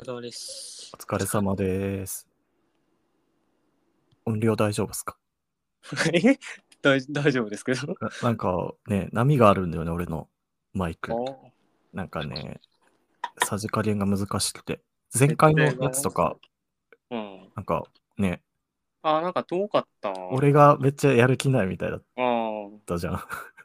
様です。 お疲れ様です。音量大丈夫ですか？ 大丈夫ですけど。 なんかね、波があるんだよね、俺のマイク。 あなんかね、さじ加減が難しくて。前設回の定がやつとか、 うん。 なんかね、 なんか遠かったな。 俺がめっちゃやる気ないみたいだっあたじゃん。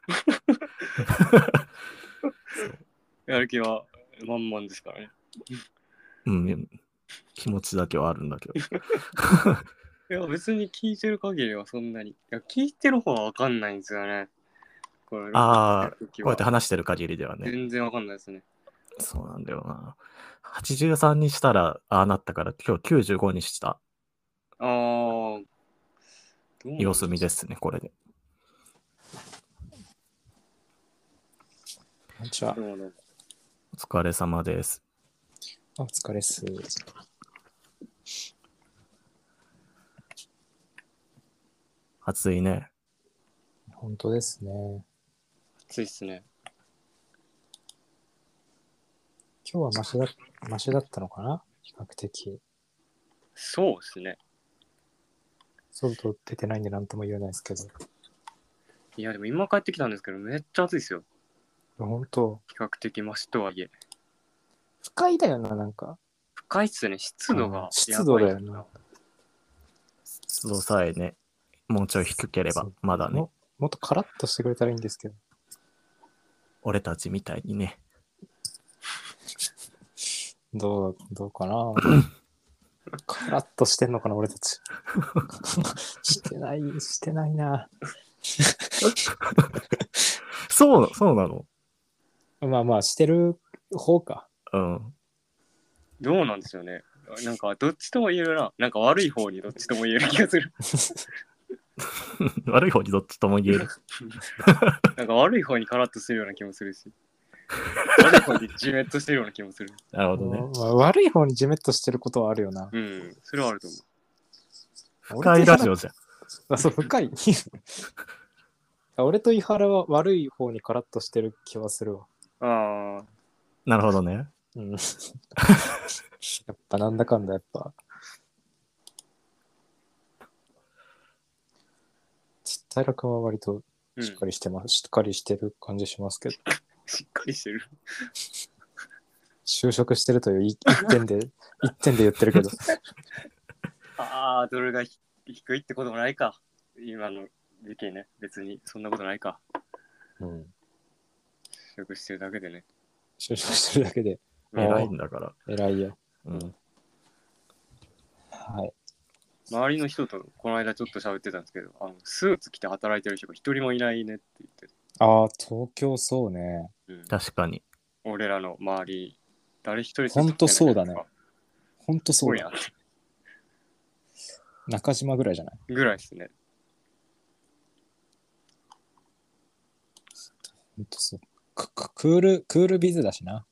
そう。 やる気は満々ですからね。 うん、気持ちだけはあるんだけど。 いや、別に聞いてる限りはそんなに。いや、聞いてる方はわかんないんですよね。これ、録音してる時こうやっては。 話してる限りではね。 全然わかんないですね。 そうなんだよな。83にしたら、ああなったから、今日95にしたどうなん様子見ですね、これで。 こんにちは。 お疲れ様です。 お疲れっす。 暑いね。 本当ですね。 暑いっすね。 今日はマシだったのかな、比較的。 そうですね。 外出てないんで何とも言えないですけど。 いや、でも今帰ってきたんですけど、めっちゃ暑いですよ。 本当。 比較的マシとはいえ。 不快だよな、なんか。 深いっすね。湿度が湿度だよな。 湿度さえね、もうちょい低ければ、まだね。 もっとカラッとしてくれたらいいんですけど。 俺たちみたいにね。 どうかな。カラッとしてんのかな、俺たち。してないな。 そうなの？ まあ、してる方か。 うん。 どうなんですよね。なんかどっちとも言えるな。なんか悪い方にどっちとも言える気がする。 悪い方にどっちとも言える。 なんか悪い方にカラッとしてるような気もするし、悪い方にジメッとしてるような気もする。 なるほどね。 まあ、悪い方にジメッとしてることはあるよな。 うん、それはあると思う。 深いラジオじゃん。 そう、深い。俺と伊原は悪い方にカラッとしてる気はするわ。 ああ。 なるほどね。 うん。やっぱなんだかんだやっぱ。平君は割としっかりしてます、しっかりしてる感じしますけど。 しっかりしてる。 就職してるという一点で言ってるけど。 それが低いってこともないか。今の時期ね。別にそんなことないか。 うん。 就職してるだけでね。 就職してるだけで。 偉いんだから。 偉いよ。 うん。 はい。 周りの人とこの間ちょっと喋ってたんですけど、スーツ着て働いてる人が一人もいないねって言ってた。 東京そうね。 うん、 確かに。 俺らの周り、誰一人ほんとそうだね。ほんとそうだ。中島ぐらいじゃない？ ぐらいですね。 ほんとそう。クールビズだしな。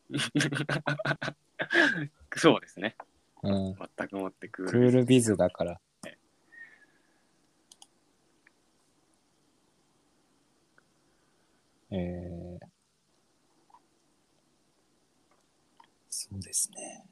そうですね。 うん。 全くもってクールビズだから。そうですね。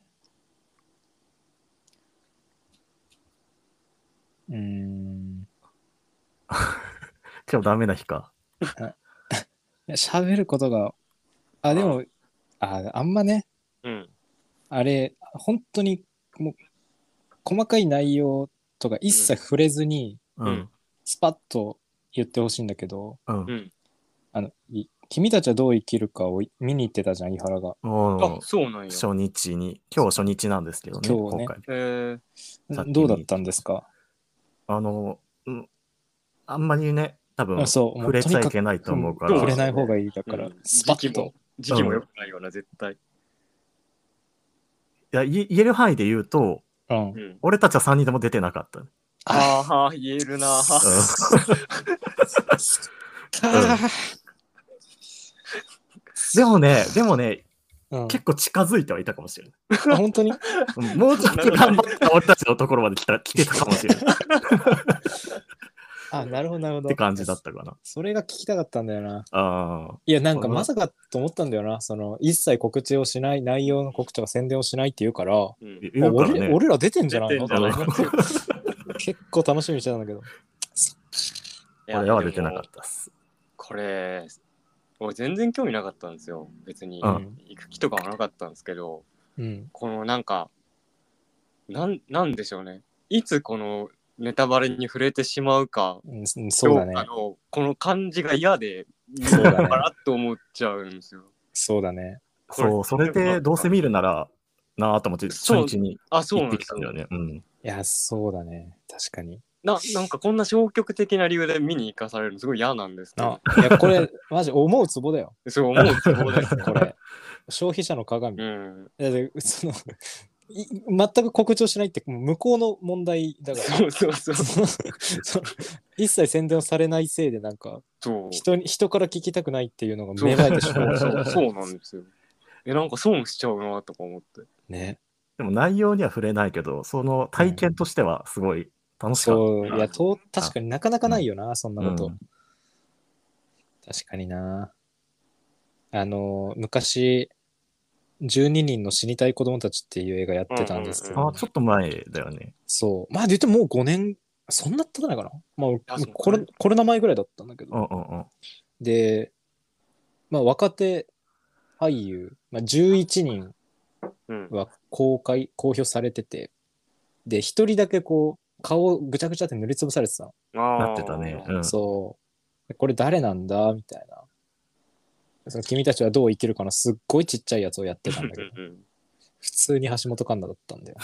今日ダメな日か。 喋ることが、でも、あんまね、 うん。 あれ、本当にもう細かい内容とか一切触れずに、 うん。 スパッと言ってほしいんだけど、 うん。 君たちはどう生きるかを見に行ってたじゃん、伊原が。 そうなんや。 初日に。今日初日なんですけどね、 今日ね。 公開。 どうだったんですか？ あんまりね、多分触れちゃいけないと思うから。 触れない方がいいだから、スパッと。 時期も良くないよな、絶対。 いや、言える範囲で言うと、俺たちは3人とも出てなかった。 言えるな。 でもね、結構近づいてはいたかもしれない。 本当にもうちょっと頑張って俺たちのところまで来てたかもしれない。 あ、なるほどなるほど。 って感じだったかな。 それが聞きたかったんだよな。 ああ。 いや、なんかまさかと思ったんだよな。その、一切告知をしない、内容の告知とか宣伝をしないって言うから、 言うからね、 俺ら出てんじゃないの出てんじゃないの結構楽しみにしてたんだけど。 俺は出てなかったっす。 これ、俺全然興味なかったんですよ。別にうん、 行く気とかはなかったんですけど、 うん、 このなんか、なんでしょうね。いつこのネタバレに触れてしまうか、 そうだね。 この感じが嫌で、 そうだね。 バラッと思っちゃうんですよ。 そうだね。 そう、それでどうせ見るならなぁと思って初日に行ってきたんだよね。うん。 いや、そうだね。確かに。 なんかこんな消極的な理由で見に行かされるのすごい嫌なんですけど。 いや、これ、マジ思うツボだよ。 そう思うツボですこれ。消費者の鏡。 うん。 全く告知をしないって向こうの問題だから。 そう一切宣伝をされないせいでなんか人から聞きたくないっていうのが芽生えてしまう。 そうなんですよ。なんか損しちゃうなとか思って。 ね。 でも内容には触れないけど、その体験としてはすごい楽しかった。 そう、いや、確かになかなかないよな、そんなこと。確かにな。昔、12人の死にたい子供たちっていう映画やってたんですけど。 ちょっと前だよね。 そう。まあ、言ってももう5年、そんな経たないかな。まあ、コロナ前ぐらいだったんだけど。で、まあ、若手俳優、11人は公表されてて、で、1人だけこう、顔をぐちゃぐちゃって塗りつぶされてたの。 なってたね。 そう。これ誰なんだみたいな。その君たちはどう生きるかのすっごいちっちゃいやつをやってたんだけど、普通に橋本環奈だったんだよ。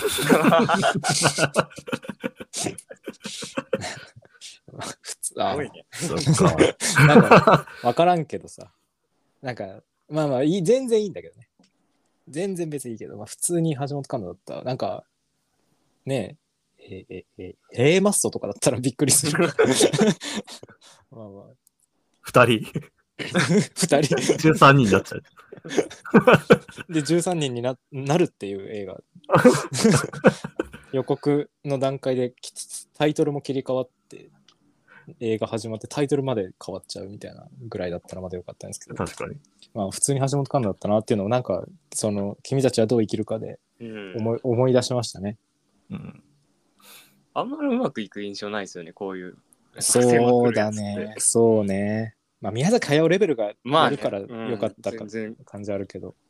普通、なんか分からんけどさ、なんかまあ全然いいんだけどね。全然別にいいけど、普通に橋本環奈だった。なんかねえ、A マストとかだったらびっくりする。まあ 2人。 2人。 13人になっちゃう。 で、13人に なるっていう映画。予告の段階でタイトルも切り替わって、映画始まってタイトルまで変わっちゃうみたいなぐらいだったらまだよかったんですけど。 確かに。 まあ普通に橋本環奈だったなっていうのをなんか、その、君たちはどう生きるかで思い出しましたね。 あんまりうまくいく印象ないですよね、こういう。 そうだね。そうね。まあ宮崎駿レベルがやるからよかったか感じあるけど。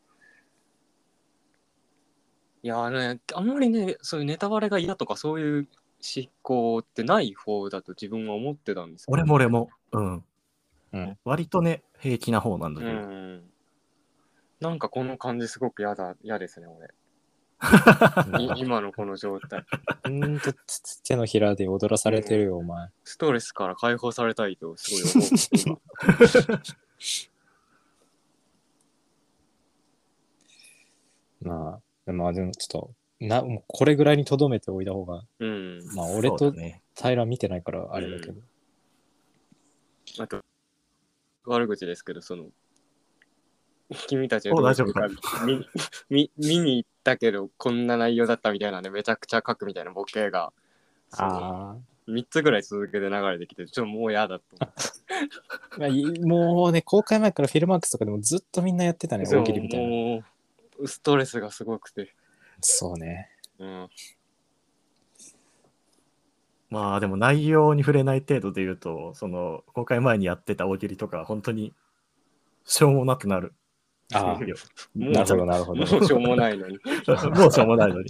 いやね、あんまりね、そういうネタバレが嫌とかそういう執行ってない方だと自分は思ってたんですけど、 俺も。割とね、平気な方なんだけど。 なんかこの感じすごく嫌ですね、俺。今のこの状態。 手のひらで踊らされてるよ、お前。 ストレスから解放されたいとすごい思う。 まあでもちょっともうこれぐらいにとどめておいた方が、まあ俺と平見てないからあれだけど。 あと悪口ですけど、その君たちは見に行ったけどこんな内容だったみたいなんでめちゃくちゃ書くみたいなボケが3つぐらい続けて流れてきてちょっともう嫌だと思ってもうね公開前からフィルマークスとかでもずっとみんなやってたね、大喜利みたいな。 もうストレスがすごくて。 そうね。 まあでも内容に触れない程度で言うと、その公開前にやってた大喜利とか本当にしょうもなくなる。 なるほどなるほど。 もうしょうもないのに。 もうしょうもないのに。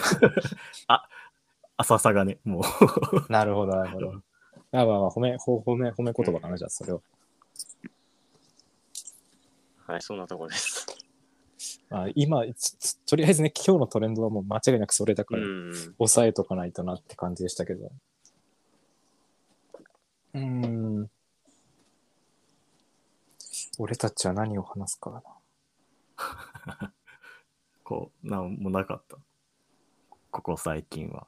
浅さがね、もう。なるほどなるほど。まあ褒め言葉かな、じゃあそれを。 はい、そんなところです。 今とりあえずね、今日のトレンドはもう間違いなくそれだから抑えとかないとなって感じでしたけど。俺たちは何を話すからな。なんもなかった。ここ最近は。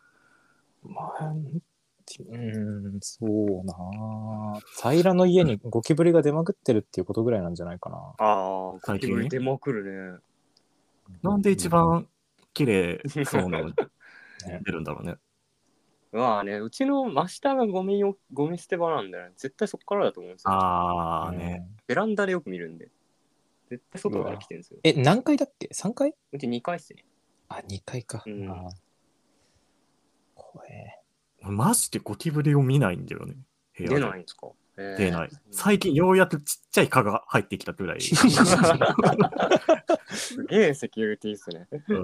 そうな。平の家にゴキブリが出まくってるっていうことぐらいなんじゃないかな。 ゴキブリ出まくるね。 なんで一番綺麗そうなの出るんだろうね。 まあね、うちの真下がゴミ捨て場なんだよね。絶対そこからだと思うんですよ。 ああね。 ベランダでよく見るんで。絶対外から来てるんですよ。 何階だっけ ?3 階？ うち2階っすね。 あ、2階か。 うん怖え。 マジでゴキブリを見ないんだよね。部屋で出ないんですか？ 出ない。最近ようやくちっちゃい蚊が入ってきたくらい。 すげえセキュリティっすね。 うん。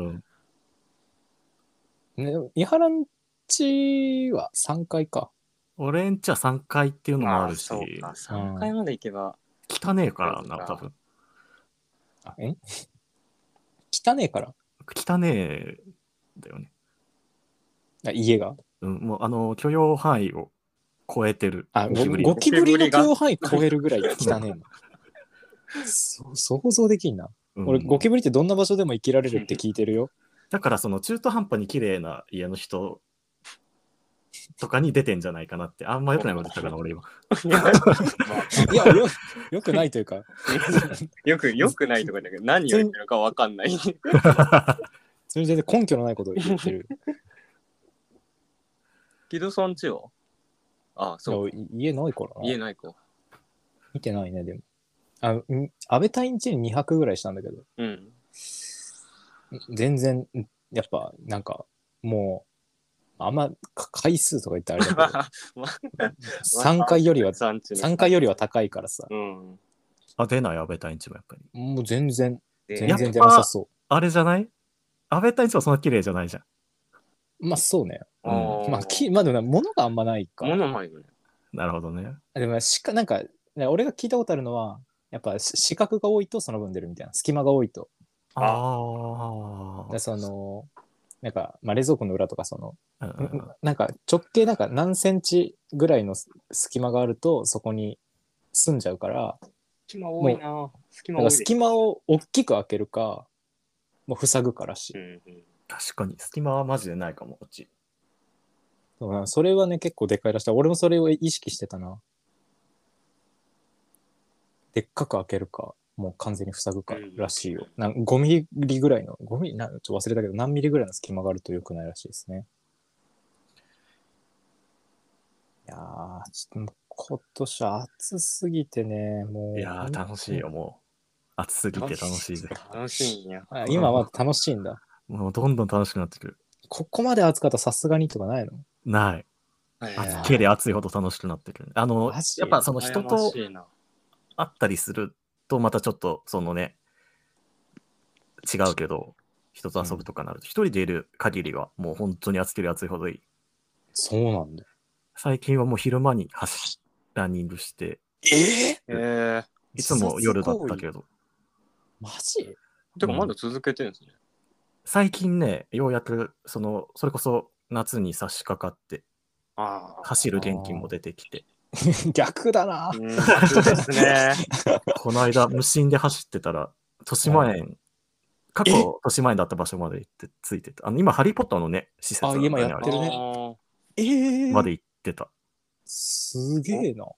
ね、伊原んちは3階か。 俺んちは3階っていうのもあるし、 そうか、3階まで行けば。 汚ねえからな、多分。 あ、汚ねえから。 汚ねえだよね。 あ、家が。 うん、もう許容範囲を超えてる。 ゴキブリの許容範囲超えるぐらい汚ねえの。想像できんな。俺、ゴキブリってどんな場所でも生きられるって聞いてるよ。だから、その中途半端に綺麗な家の人とかに出てんじゃないかなって。あんま良くないこと言ったかな、俺今。 いや、よくないというか。 よくないとかだけど、何を言ってるか分かんない。 それで根拠のないことを言ってる。 木戸さんちは？あ、そう。 家ないからな。 家ないか。 見てないね、でも。安倍隊んちに2泊ぐらいしたんだけど。 うん。 全然、やっぱ、なんか、もう、あんま回数とか言ってあれだけど、3回よりは高いからさ。 うん。 あ、出ない、安倍隊んちもやっぱり。 もう全然出なさそう。 あれじゃない？安倍隊んちはそんな綺麗じゃないじゃん。 まあそうね。まあでも物があんまないか。 物ないよね。 なるほどね。 でもなんか、俺が聞いたことあるのは、やっぱ視覚が多いとその分出るみたいな。隙間が多いと。その、なんか、まあ、冷蔵庫の裏とかなんか直径なんか何センチぐらいの隙間があるとそこに住んじゃうから、 隙間多いな。 隙間を大きく開けるか、もう塞ぐからし。 確かに、隙間はマジでないかも、こっち。 それはね、結構でかいらしい。俺もそれを意識してたな。でっかく開けるか、もう完全に塞ぐからしいよ。5ミリぐらいの、ちょっと忘れたけど、何ミリぐらいの隙間があると良くないらしいですね。いやー、ちょっと今年暑すぎてね、もう。 いやー、楽しいよ、もう。暑すぎて楽しいぜ。 楽しいんや。 今は楽しいんだ。 もうどんどん楽しくなってくる。 ここまで暑かったらさすがにとかないの？ ない。けれ暑いほど楽しくなってくる。やっぱその人と会ったりするとまたちょっとそのね、違うけど、人と遊ぶとかなると、一人でいる限りはもう本当に暑ければ暑いほどいい。 そうなんだ。 最近はもう昼間にランニングして、いつも夜だったけど。 マジ？ てかまだ続けてるんですね。 最近ね、ようやくそれこそ夏に差し掛かって、走る元気も出てきて。 逆だな。 逆ですね。 この間、無心で走ってたら、豊島園、過去豊島園だった場所まで行ってついてた。今、ハリー・ポッターのね、施設今やってるね。 まで行ってた。 すげえな。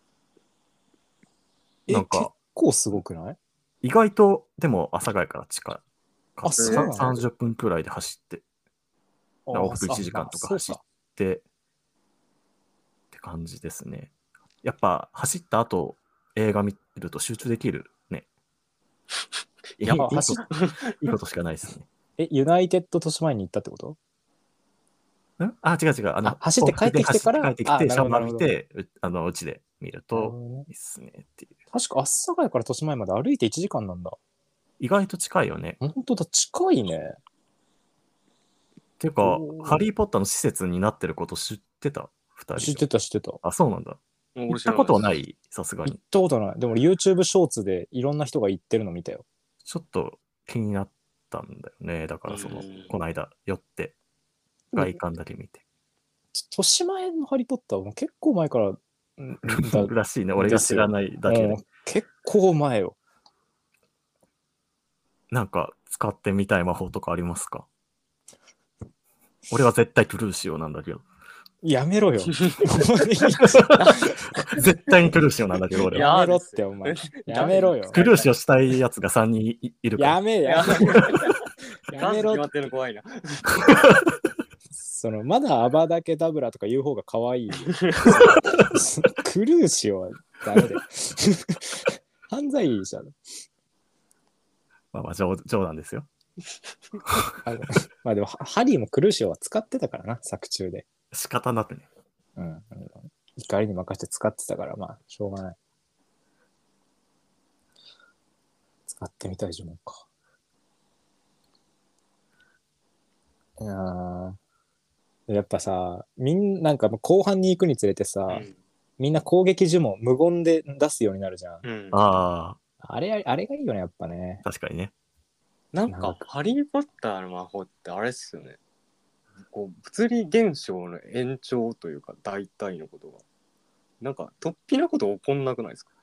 なんか、結構すごくない？ 意外と、でも、阿佐ヶ谷から近い。30分くらいで走って、往復1時間とか走って、って感じですね。やっぱ、走った後、映画見ると集中できるね。いいことしかないですね。 ユナイテッド豊島園に行ったってこと？ 違う。 走って帰ってきてから、 シャワー浴びて、うちで見るといいっすねっていう。 確か、阿佐ヶ谷から豊島園まで歩いて1時間なんだ。 意外と近いよね。 本当だ、近いね。 っていうか、ハリー・ポッターの施設になってること知ってた？2人。知ってた。あ、そうなんだ。行ったことはない、さすがに。 行ったことない。でも YouTube ショーツでいろんな人が行ってるの見たよ。 ちょっと気になったんだよね。だからこの間寄って、外観だけ見て。 豊島園のハリー・ポッターも結構前かららしいね。俺が知らないだけで。 結構前よ。 なんか使ってみたい魔法とかありますか？俺は絶対トゥルーシオなんだけど。 やめろよ。 絶対にトゥルーシオなんだけど、俺は。やめろって、お前。やめろよ。 トゥルーシオしたいやつが3人いるから。 やめろ。 やめろって。怖いな。 まだアバダケダブラとか言う方が可愛い。クルーシオはダメで。犯罪者。 まあ冗談ですよ。 まあでも、ハリーもクルーシオは使ってたからな、作中で。 仕方なくね。 うん。怒りに任せて使ってたから、まあ、しょうがない。使ってみたい呪文か。いやーやっぱさ、なんか後半に行くにつれてさ、みんな攻撃呪文無言で出すようになるじゃん。 ああれがいいよね、やっぱね。 確かにね。 なんか、ハリー・ポッターの魔法ってあれっすよね。こう物理現象の延長というか、大体のことが。なんか、突飛なこと起こんなくないですか？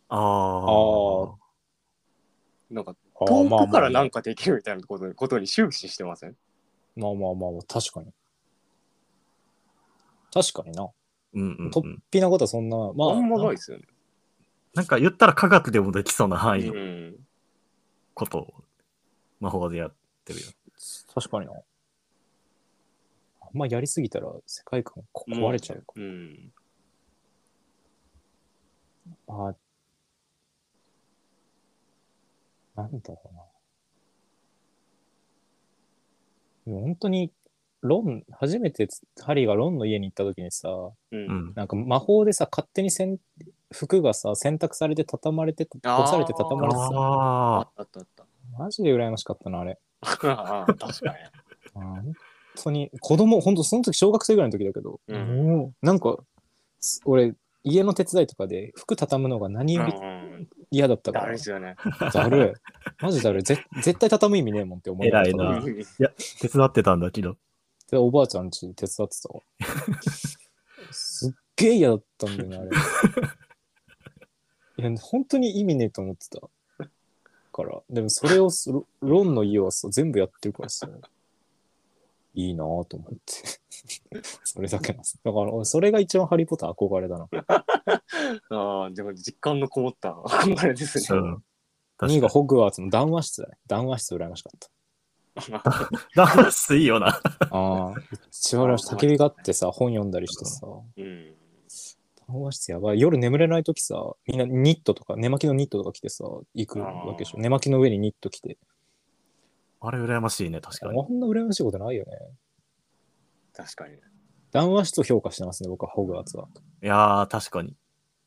なんか、遠くからなんかできるみたいなことに終始してません？ まあ、確かに。確かにな。突飛なことはそんな、まあ。 あんまないですよね。 なんか言ったら科学でもできそうな範囲のことを魔法でやってるよ。 確かにな。あんまやりすぎたら世界観壊れちゃうか。なんだろうな。でも本当に、初めてハリーがロンの家に行った時にさ、なんか魔法でさ、勝手に服がさ、洗濯されて畳まれて、干されて畳まれてさ。 あった。 マジで羨ましかったな、あれ。 確かに。 本当に、本当その時小学生ぐらいの時だけど、なんか、俺、家の手伝いとかで服畳むのが何より嫌だったから。 だるいですよね。 だるい。マジだるい。絶対畳む意味ねえもんって思いながら。 偉いな。いや、手伝ってたんだけど。 で、おばあちゃんち手伝ってたわ。すっげえ嫌だったんだよね、あれ。いや、本当に意味ねえと思ってた。から。でもそれをロンの家はさ、全部やってるからさ、いいなぁと思って。それだけなんです。だから、それが一番ハリーポッター憧れだな。 ああ、でも実感のこもった憧れですね。 2位がホグワーツの談話室だね。談話室羨ましかった。 談話室いいよな。 ああ、一番羨ましい。焚き火があってさ、本読んだりしてさ。談話室やばい。夜眠れないときさ、みんなニットとか、寝巻きのニットとか着てさ、行くわけでしょ。寝巻きの上にニット着て。 あれ羨ましいね、確かに。 あんな羨ましいことないよね。 確かに。 談話室を評価してますね、僕はホグワーツは。 いやー、確かに。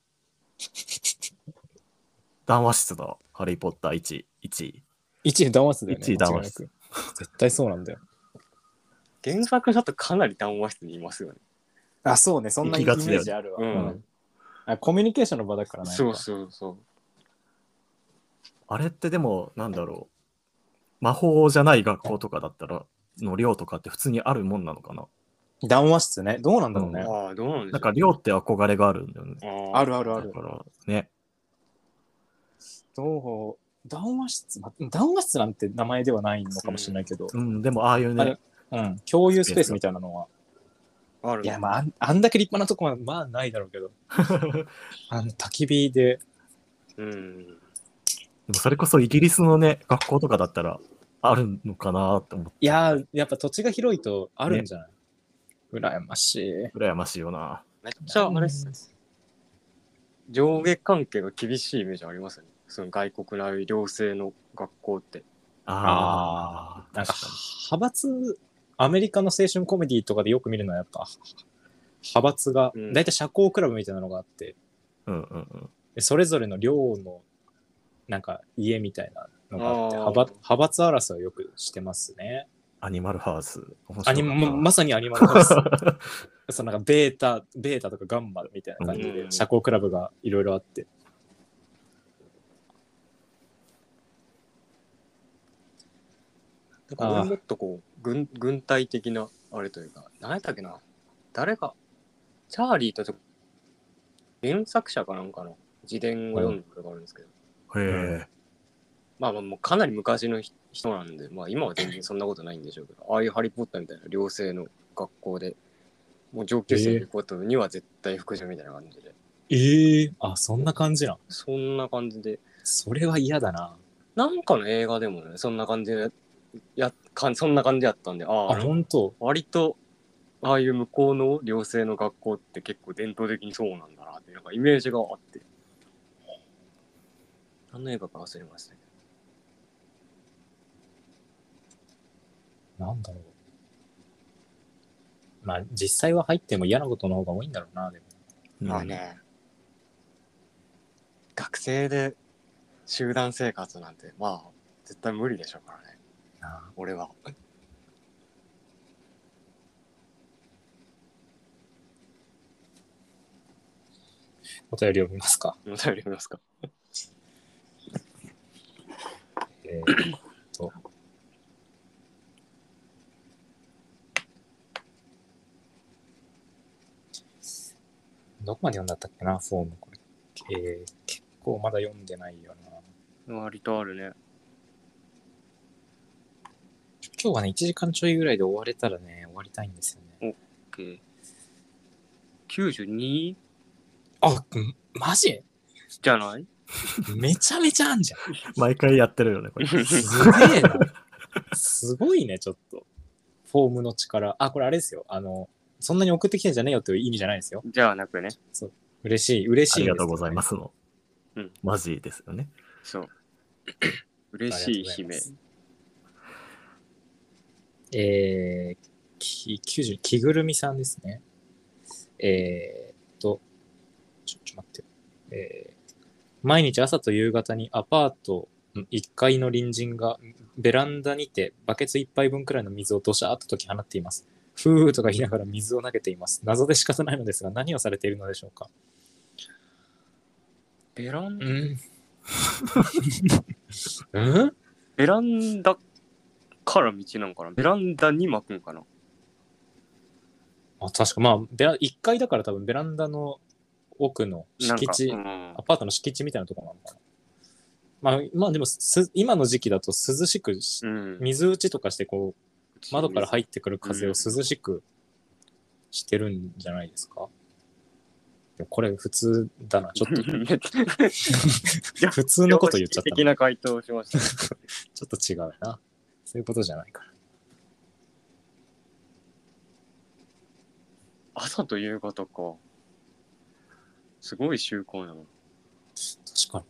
談話室だ。ハリーポッター1位。 1位談話室だよね。 1位談話室。 絶対そうなんだよ。 原作だとかなり談話室にいますよね。 あ、そうね。そんなイメージあるわ。コミュニケーションの場だからね。 そう。 あれってでも、なんだろう。魔法じゃない学校とかだったら、の寮とかって普通にあるもんなのかな？ 談話室ね。どうなんだろうね。 ああ、どうなんでしょう。 なんか寮って憧れがあるんだよね。 ある。 だからね。 談話室なんて名前ではないのかもしれないけど。 でもああいうね。 共有スペースみたいなのは。 ある。 いや、まあ、あんだけ立派なとこは、まあ、ないだろうけど。焚き火で。 でもそれこそイギリスのね、学校とかだったらあるのかなって思って。 いや、やっぱ土地が広いとあるんじゃない？羨ましい。 羨ましいよな。 めっちゃあれっすね。上下関係が厳しいイメージありますね。その外国なり寮生の学校って。 なんか派閥、アメリカの青春コメディとかでよく見るのはやっぱ派閥が、だいたい社交クラブみたいなのがあって、それぞれの寮のなんか家みたいなのがあって、派閥争いをよくしてますね。 アニマルハウス。 まさにアニマルハウス。そのなんかベータとかガンマみたいな感じで社交クラブがいろいろあって。 だからもっとこう軍隊的なあれというか、何やったっけな、誰かチャーリーと原作者かなんかの自伝を読んだことがあるんですけど、まあもうかなり昔の人なんで、まあ今は全然そんなことないんでしょうけど、ああいうハリー・ポッターみたいな寮生の学校でもう上級生行くことには絶対服従みたいな感じで。 そんな感じな。 そんな感じで。 それは嫌だな。 なんかの映画でもね、そんな感じでそんな感じやったんで、 本当。 割とああいう向こうの寮生の学校って結構伝統的にそうなんだなってなんかイメージがあって、何の映画か忘れましたけど。なんだろう。まあ実際は入っても嫌なことの方が多いんだろうな。でもまあね、学生で集団生活なんてまあ絶対無理でしょうからね。俺は。 お便り読みますか。 お便り読みますか。 どこまで読んだったっけな、フォームこれ。結構まだ読んでないよな。割とあるね。 今日はね、1時間ちょいぐらいで終われたらね、終わりたいんですよね。 オッケー。92？ あ、マジじゃない？ めちゃめちゃあんじゃん。 毎回やってるよね、これ。 すげえな。すごいね、ちょっと。フォームの力。あ、これあれですよ。そんなに送ってきてんじゃねえよっていう意味じゃないですよ。 じゃなくね。 そう。嬉しいんです、 ありがとうございますの。 うん。 マジですよね。 そう。嬉しい悲鳴。 90、着ぐるみさんですね。ちょ待って。毎日朝と夕方にアパート1階の隣人がベランダにてバケツ1杯分くらいの水をドシャーっと解き放っています。ふーとか言いながら水を投げています。謎で仕方ないのですが何をされているのでしょうか。 ベランダベランダから道なのかな。ベランダに巻くんかな。 あ、確かまあ1階だから多分ベランダの奥の敷地、アパートの敷地みたいなところなのかな。まあでも今の時期だと涼しく、水打ちとかしてこう窓から入ってくる風を涼しくしてるんじゃないですか。これ普通だな、ちょっと。普通のこと言っちゃった。 的な回答をしました。 ちょっと違うな。そういうことじゃないから。 朝と夕方か。すごい習慣やな。 確かに。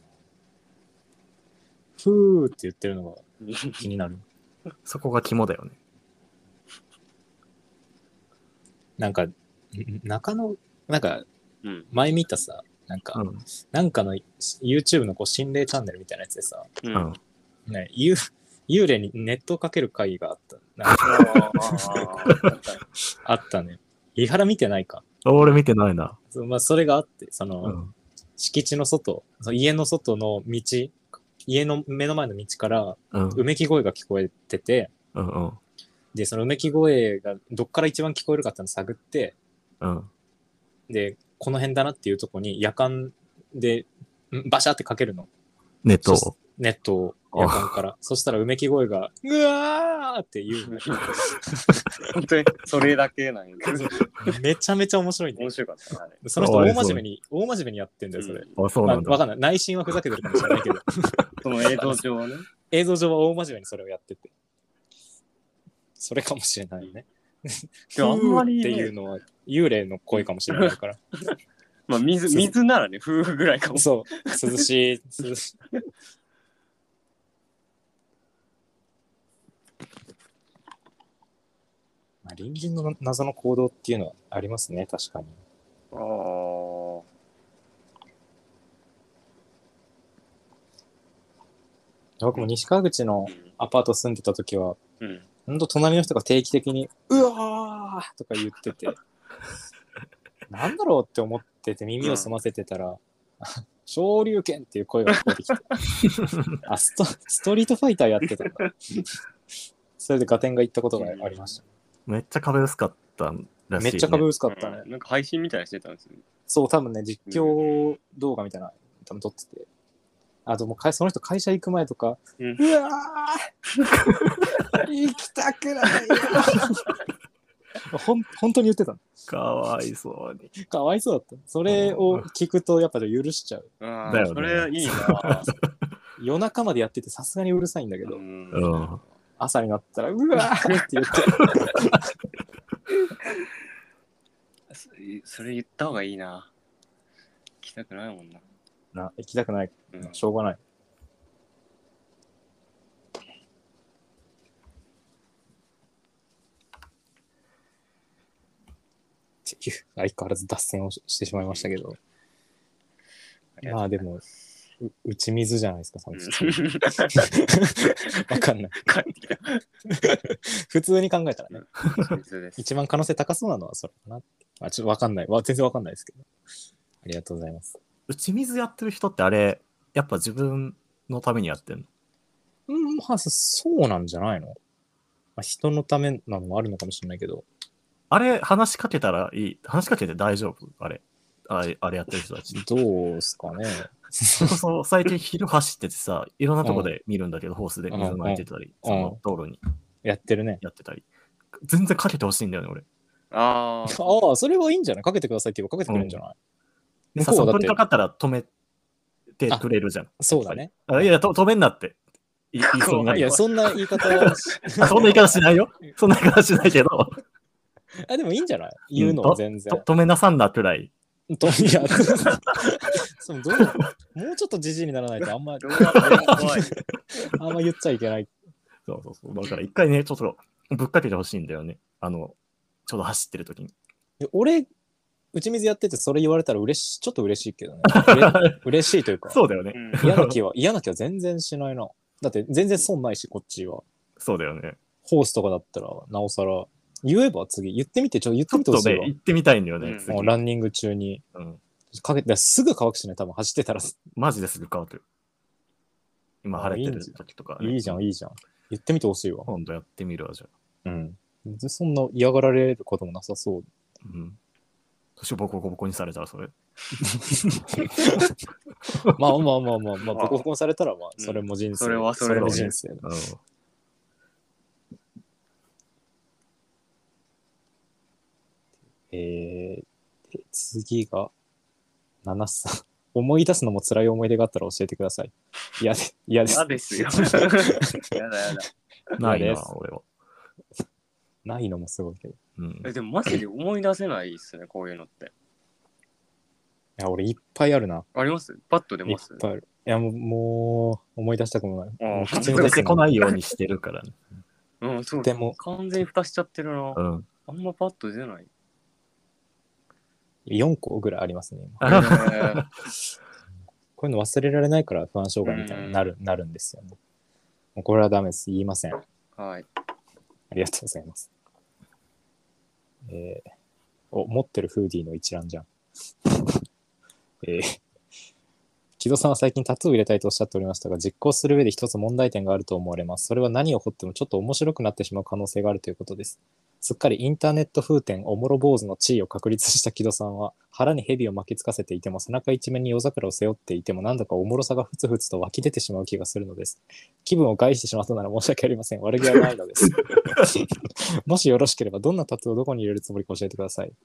ふーって言ってるのが気になる。 そこが肝だよね。 なんか、前見たさ、なんかの YouTube のこう心霊チャンネルみたいなやつでさ、ね、幽霊に熱湯かける回があった。あったね。伊原見てないか。 俺見てないな。 まあ、それがあって、敷地の外、家の外の道、家の目の前の道から、うめき声が聞こえてて、で、そのうめき声がどっから一番聞こえるかってのを探って、で、この辺だなっていうとこに夜間でバシャってかけるの。 ネットを夜間から。そしたらうめき声が、うわーって言うの。 本当にそれだけなんや。 めちゃめちゃ面白いんだよ。 面白かったな。 その人大真面目にやってんだよ、それ。 そうなんだ。 わかんない。内心はふざけてるかもしれないけど。 その映像上はね。 映像上は大真面目にそれをやってて。それかもしれないよね。 あんまりっていうのは幽霊の声かもしれないから。 まあ水ならね、夫婦ぐらいかも。 そう、涼しい。まあ、隣人の謎の行動っていうのはありますね、確かに。僕も西川口のアパート住んでた時は、ほんと隣の人が定期的にうわーとか言っててなんだろうって思ってて耳を澄ませてたら、昇竜拳っていう声が聞こえてきてあ、ストリートファイターやってたんだそれでガテンが言ったことがありました。 めっちゃ壁薄かったらしい、ね。 めっちゃ壁薄かったね。 なんか配信みたいにしてたんですよね。 そう、多分ね、実況動画みたいな多分撮ってて。あともうその人会社行く前とか、うわー行きたくないよ本当に言ってたの。 かわいそうに。 かわいそうだった。それを聞くとやっぱり許しちゃう。 だよね。 それいいな夜中までやっててさすがにうるさいんだけど、朝になったらうわーって言ってそれ言った方がいいな。行きたくないもんな。 行きたくない。 うん、 しょうがない。相変わらず脱線をしてしまいましたけど。まあでも、打ち水じゃないですか、そのわかんない。普通に考えたらね。一番可能性高そうなのはそれかなって。ちょっとわかんない。全然わかんないですけど。ありがとうございます。 打ち水やってる人ってあれ、やっぱ自分のためにやってんの？ まあ、そうなんじゃないの？まあ、人のためなのもあるのかもしれないけど。 あれ、話しかけたらいい？話しかけて大丈夫？あれやってる人たち。 どうすかね。 そう、最近昼走っててさ、いろんなとこで見るんだけど、ホースで水まいてたり、その道路に。 やってるね。 やってたり。全然かけてほしいんだよね、俺。 ああ、 それはいいんじゃない？かけてくださいって言えばかけてくれるんじゃない？ でさ、そこにかかったら止めてくれるじゃん。 そうだね。 いや、止めんなって。 いや、そんな言い方はそんな言い方しないよ。そんな言い方しないけど。 でもいいんじゃない？言うのは全然。 止めなさんなくらい。 いや、もうちょっとじじいにならないとあんま言っちゃいけない。 そう。だから一回ね、ちょっとぶっかけてほしいんだよね。ちょうど走ってる時に。 俺、打ち水やっててそれ言われたらちょっと嬉しいけどね。嬉しいというか。 そうだよね。 嫌な気は全然しないな。だって全然損ないし、こっちは。 そうだよね。 ホースとかだったら、なおさら。言えば次、言ってみてほしいわ。ちょっとね、言ってみたいんだよね。 ランニング中に。かけて、すぐ乾くしね、多分走ってたら。 マジですぐ乾く。今晴れてる時とか、 ね。いいじゃん。言ってみてほしいわ。 今度やってみるわ、じゃあ。そんな嫌がられることもなさそう。 年ボコボコにされたらそれ。 まあ、ボコボコにされたら、まあ、それも人生。それも人生。次が、7さん。思い出すのも辛い思い出があったら教えてください。嫌です。 嫌ですよ。やだ。 ないな、俺は。 ないのもすごいけど。 でもマジで思い出せないっすね、こういうのって。 いや、俺いっぱいあるな。 あります？パッと出ます？ いっぱいある。いや、もう、思い出したくもない。 口に出てこないようにしてるからね。 そう。でも、完全に蓋しちゃってるな。あんまパッと出ない。 4個ぐらいありますね。こういうの忘れられないから不安障害みたいになるんですよね。もうこれはダメです。言いません。 はい。 ありがとうございます。持ってるフーディーの一覧じゃん。木戸さんは最近タトゥーを入れたいとおっしゃっておりましたが、実行する上で一つ問題点があると思われます。それは何を掘ってもちょっと面白くなってしまう可能性があるということです。すっかりインターネット風天おもろ坊主の地位を確立した木戸さんは、腹に蛇を巻きつかせていても背中一面に夜桜を背負っていてもなんだかおもろさがふつふつと湧き出てしまう気がするのです。気分を害してしまったなら申し訳ありません。悪気はないのです。もしよろしければどんなタトゥーをどこに入れるつもりか教えてください。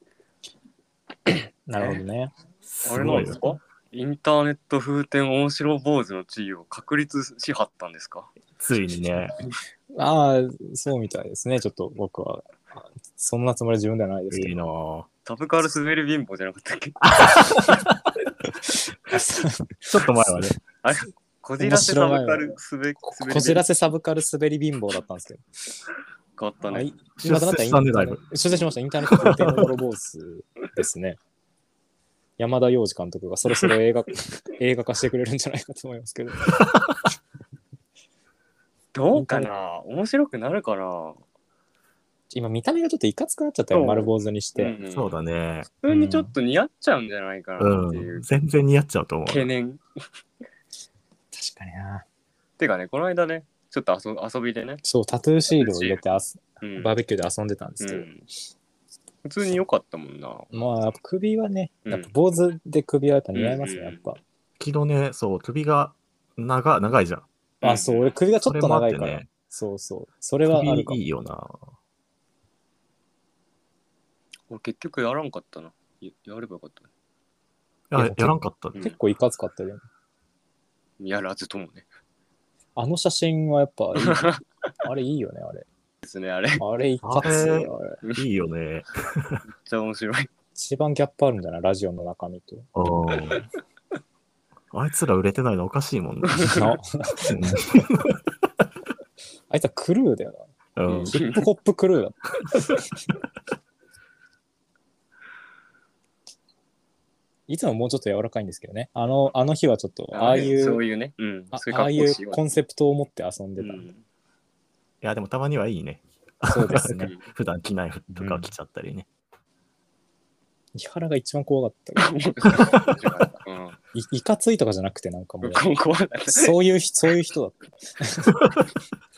なるほどね。 あれなんですか？インターネット風天面白坊主の地位を確立しはったんですか？ ついにね。 そうみたいですね。ちょっと僕はそんなつもりは自分ではないですけど。 いいな。 サブカル滑り貧乏じゃなかったっけ？ ちょっと前はね。 あれこじらせサブカル滑りこじらせサブカル滑り貧乏だったんですけど。 変わったね。 出世したね、だいぶ。 出世しました。インターネット風天おもろ坊主ですね。山田洋次監督がそろそろ映画化してくれるんじゃないかと思いますけど。 どうかな？面白くなるかな？ 今見た目がちょっといかつくなっちゃったよ、丸坊主にして。 そうだね。 普通にちょっと似合っちゃうんじゃないかなっていう。 全然似合っちゃうと思う。 懸念。 確かにな。 てかね、この間ね、ちょっと遊びでね。 そう、タトゥーシールを入れてバーベキューで遊んでたんですけど。 普通に良かったもんな。 まあ、やっぱ首はね、やっぱ坊主で首はやっぱ似合いますね、やっぱ。 昨日ね、そう、首が長いじゃん。 そう、俺首がちょっと長いから。そう。それはあるかも。 いいよな。 俺結局やらんかったな。やればよかった。 やらんかった。 結構いかつかったよ。 やらずともね。 あの写真はやっぱあれいいよね、あれ。 ですね、あれ。 あれ一発よ、あれ。 いいよね。 めっちゃ面白い。 一番ギャップあるんじゃないラジオの中身と。 あいつら売れてないのおかしいもんね。 あいつはクルーだよな。 うん。 ヒップホップクルーだ。いつももうちょっと柔らかいんですけどね。あの日はちょっと、ああいう、 そういうね。うん。そういうああいう格好しようコンセプトを持って遊んでた。 うん。 いや、でもたまにはいいね。 そうですね。 普段着ない服とか着ちゃったりね。 伊原が一番怖かったけど。 うんいかついとかじゃなくて、なんかもう、 怖かったそういう人だった。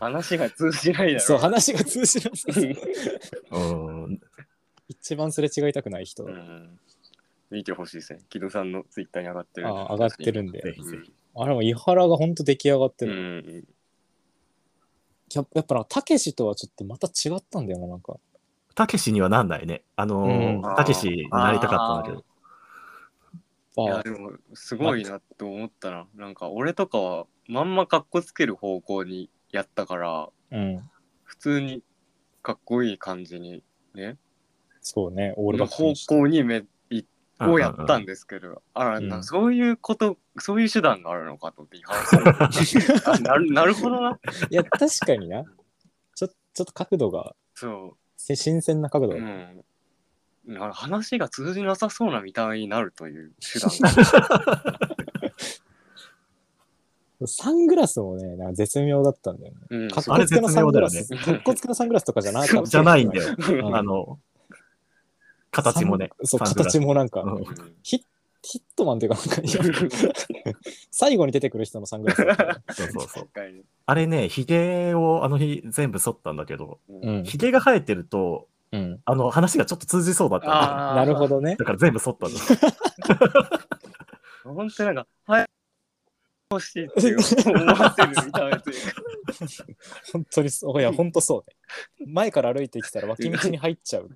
話が通じないだろ。 そう、話が通じない。 うん。 一番すれ違いたくない人だ。 見てほしいですね。木戸さんのツイッターに上がってる。 ああ、上がってるんで。 ぜひぜひ。 あれも伊原がほんと出来上がってる。 うん。 やっぱな、たけしとはちょっとまた違ったんだよな、なんか。 たけしにはなんないね。たけしになりたかったんだけど。 いや、でも、すごいなと思ったな。なんか、俺とかは、まんまかっこつける方向にやったから、普通にかっこいい感じにね。 そうね、オールバック方向にをやったんですけど、そういうこと、そういう手段があるのかと思ってなるほどな。 いや、確かにな。ちょっと角度が、新鮮な角度。 話が通じなさそうな見た目になるという手段サングラスもね、なんか絶妙だったんだよね。かっこつけのサングラス、かっこつけのサングラスとかじゃなかった。 じゃないんだよ。形もね。 そう、形もなんか、ヒットマンっていうか、なんか、最後に出てくる人のサングラス。 そう。あれね、ヒゲをあの日全部剃ったんだけど、ヒゲが生えてると、話がちょっと通じそうだったんだよ。 なるほどね。 だから全部剃ったんだ。 本当なんか、はい。欲しいって思わせる見た目というか。 本当にそう、いや、本当そうね。前から歩いてきたら脇道に入っちゃう。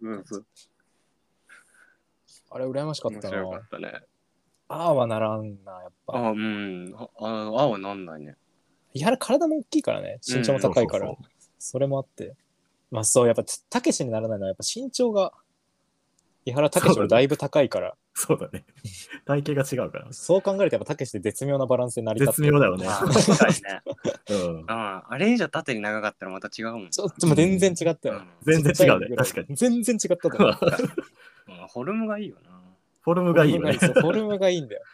あれ、羨ましかったな。 面白かったね。 ああはならんな、やっぱ。 ああはなんないね。 伊原体も大きいからね。身長も高いから。それもあって。まあそう、やっぱ、たけしにならないのは、やっぱ身長が、伊原たけしよりだいぶ高いから。 そうだね。体型が違うから。 そう考えると、やっぱたけしで絶妙なバランスになりたって。 絶妙だよね。 確かにね。あれ以上縦に長かったらまた違うもん。 ちょっと全然違ったよ。 全然違うね。確かに。 全然違ったと思う。 フォルムがいいよな。 フォルムがいいよね。 フォルムがいいんだよ。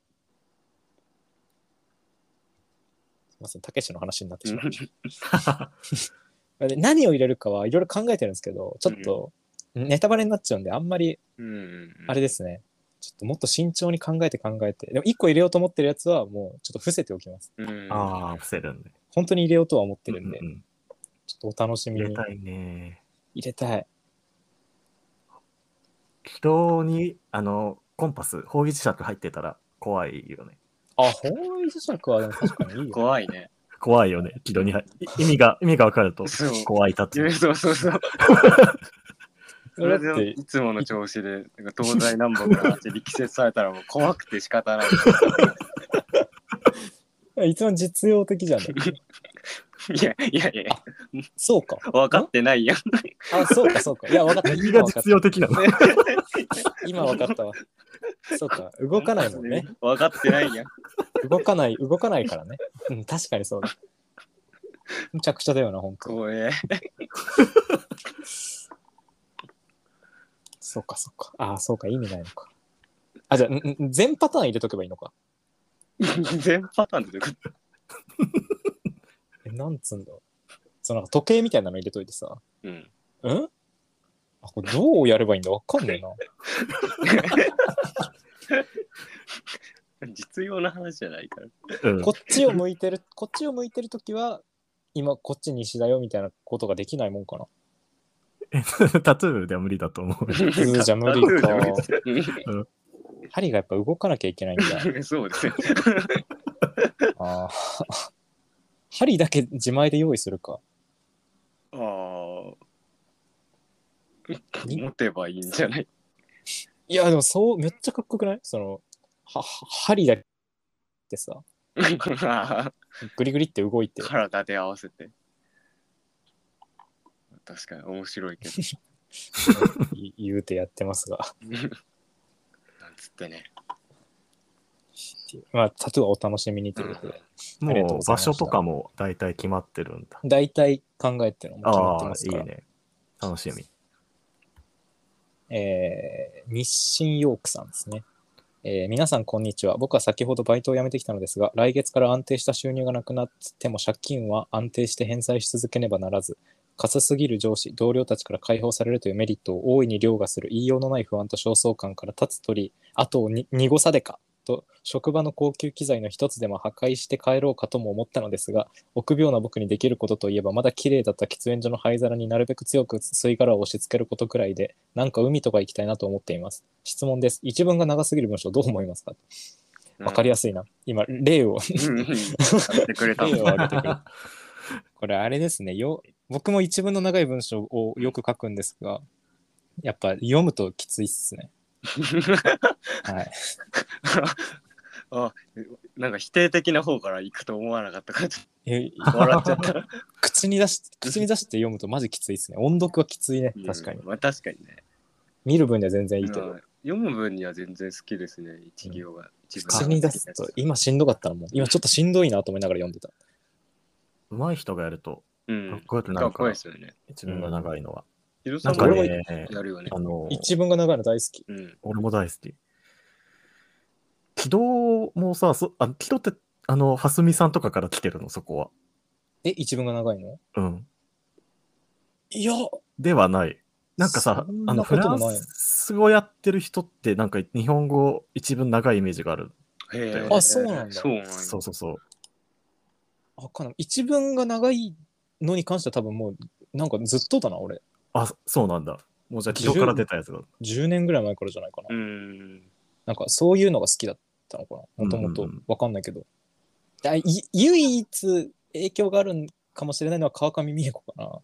すみません、たけしの話になってしまいました。何を入れるかはいろいろ考えてるんですけど、ちょっとネタバレになっちゃうんで、あんまり、あれですね。ちょっともっと慎重に考えて。でも1個入れようと思ってるやつはもうちょっと伏せておきます。 ああ、伏せるんで。 本当に入れようとは思ってるんで、ちょっとお楽しみに。 入れたいね。 入れたい。 人に、コンパス、方位磁石入ってたら怖いよね。 あ、方位磁石はでも確かにいいよ。 怖いね。 怖いよね。軌道に意味が分かると怖いタッチ。 そう。それでいつもの調子で東西南北の話力説されたらもう怖くて仕方ない。 一番実用的じゃん。 いや。 そうか。 分かってないやん。 あ、そうか。いや、分かった。 何が実用的なの？ 今分かったわ。そうか。動かないもんね。 分かってないやん。 動かないからね。確かにそうだ。むちゃくちゃだよな、本当。 怖え。 そうか。あ、そうか、意味ないのか。あ、じゃあ、全パターン入れとけばいいのか。 全パターンでどういうこと？ なんつうんだ。なんか時計みたいなの入れといてさ。あ、これどうやればいいんだわかんねえな。 実用な話じゃないから。 こっちを向いてるときは、今こっち西だよみたいなことができないもんかな。 タトゥーでは無理だと思う。 タトゥーじゃ無理か。針がやっぱ動かなきゃいけないんだ。 そうですね。 ああ。針だけ自前で用意するか。 ああ。持てばいいんじゃない？ いや、でもめっちゃかっこよくない？針だけってさ、グリグリって動いて。 体で合わせて。 確かに面白いけど。 言うてやってますが。 なんつってね。 まあ、タトゥーはお楽しみにということで。ありがとうもうございました場所とかも大体決まってるんだ。 大体考えてるのも決まってああ、 ますから。 いいね。楽しみ。 日清ヨークさんですね。皆さんこんにちは。僕は先ほどバイトを辞めてきたのですが、来月から安定した収入がなくなっても借金は安定して返済し続けねばならず、かすすぎる上司、同僚たちから解放されるというメリットを大いに凌駕する言いようのない不安と焦燥感から立つ鳥、後を濁さでかと職場の高級機材の一つでも破壊して帰ろうかとも思ったのですが、臆病な僕にできることといえばまだ綺麗だった喫煙所の灰皿になるべく強く吸い殻を押し付けることくらいで、なんか海とか行きたいなと思っています。質問です。一文が長すぎる文章どう思いますか？わかりやすいな。今、例をやってくれた。 例を挙げてくれた。これあれですね。僕も一文の長い文章をよく書くんですが、やっぱ読むときついっすね。はい。 あ、なんか否定的な方から行くと思わなかったから笑っちゃった。 口に出して読むとマジきついっすね。音読はきついね。確かに。 まあ確かにね。 見る分には全然いいけど。 読む分には全然好きですね。一行が。 口に出すと、今しんどかったらもう、今ちょっとしんどいなと思いながら読んでた。 上手い人がやると、かっこよくなるから、一文が長いのは。 なんかね、やるよね。 一文が長いの大好き。 俺も大好き。軌道もさ、軌道って、蓮見さんとかから来てるの、そこは。 一文が長いの？ うん。 いや。 ではない。なんかさ、フランス語やってる人って、なんか日本語一文長いイメージがある。 あ、そうなんだ。 そうそうそう。 一文が長いのに関しては多分もう、なんかずっとだな、俺。 あ、そうなんだ。もうじゃあ、軌道から出たやつだ。 10年ぐらい前からじゃないかな。なんかそういうのが好きだったのかな。もともと。わかんないけど。唯一影響があるかもしれないのは川上美恵子かな。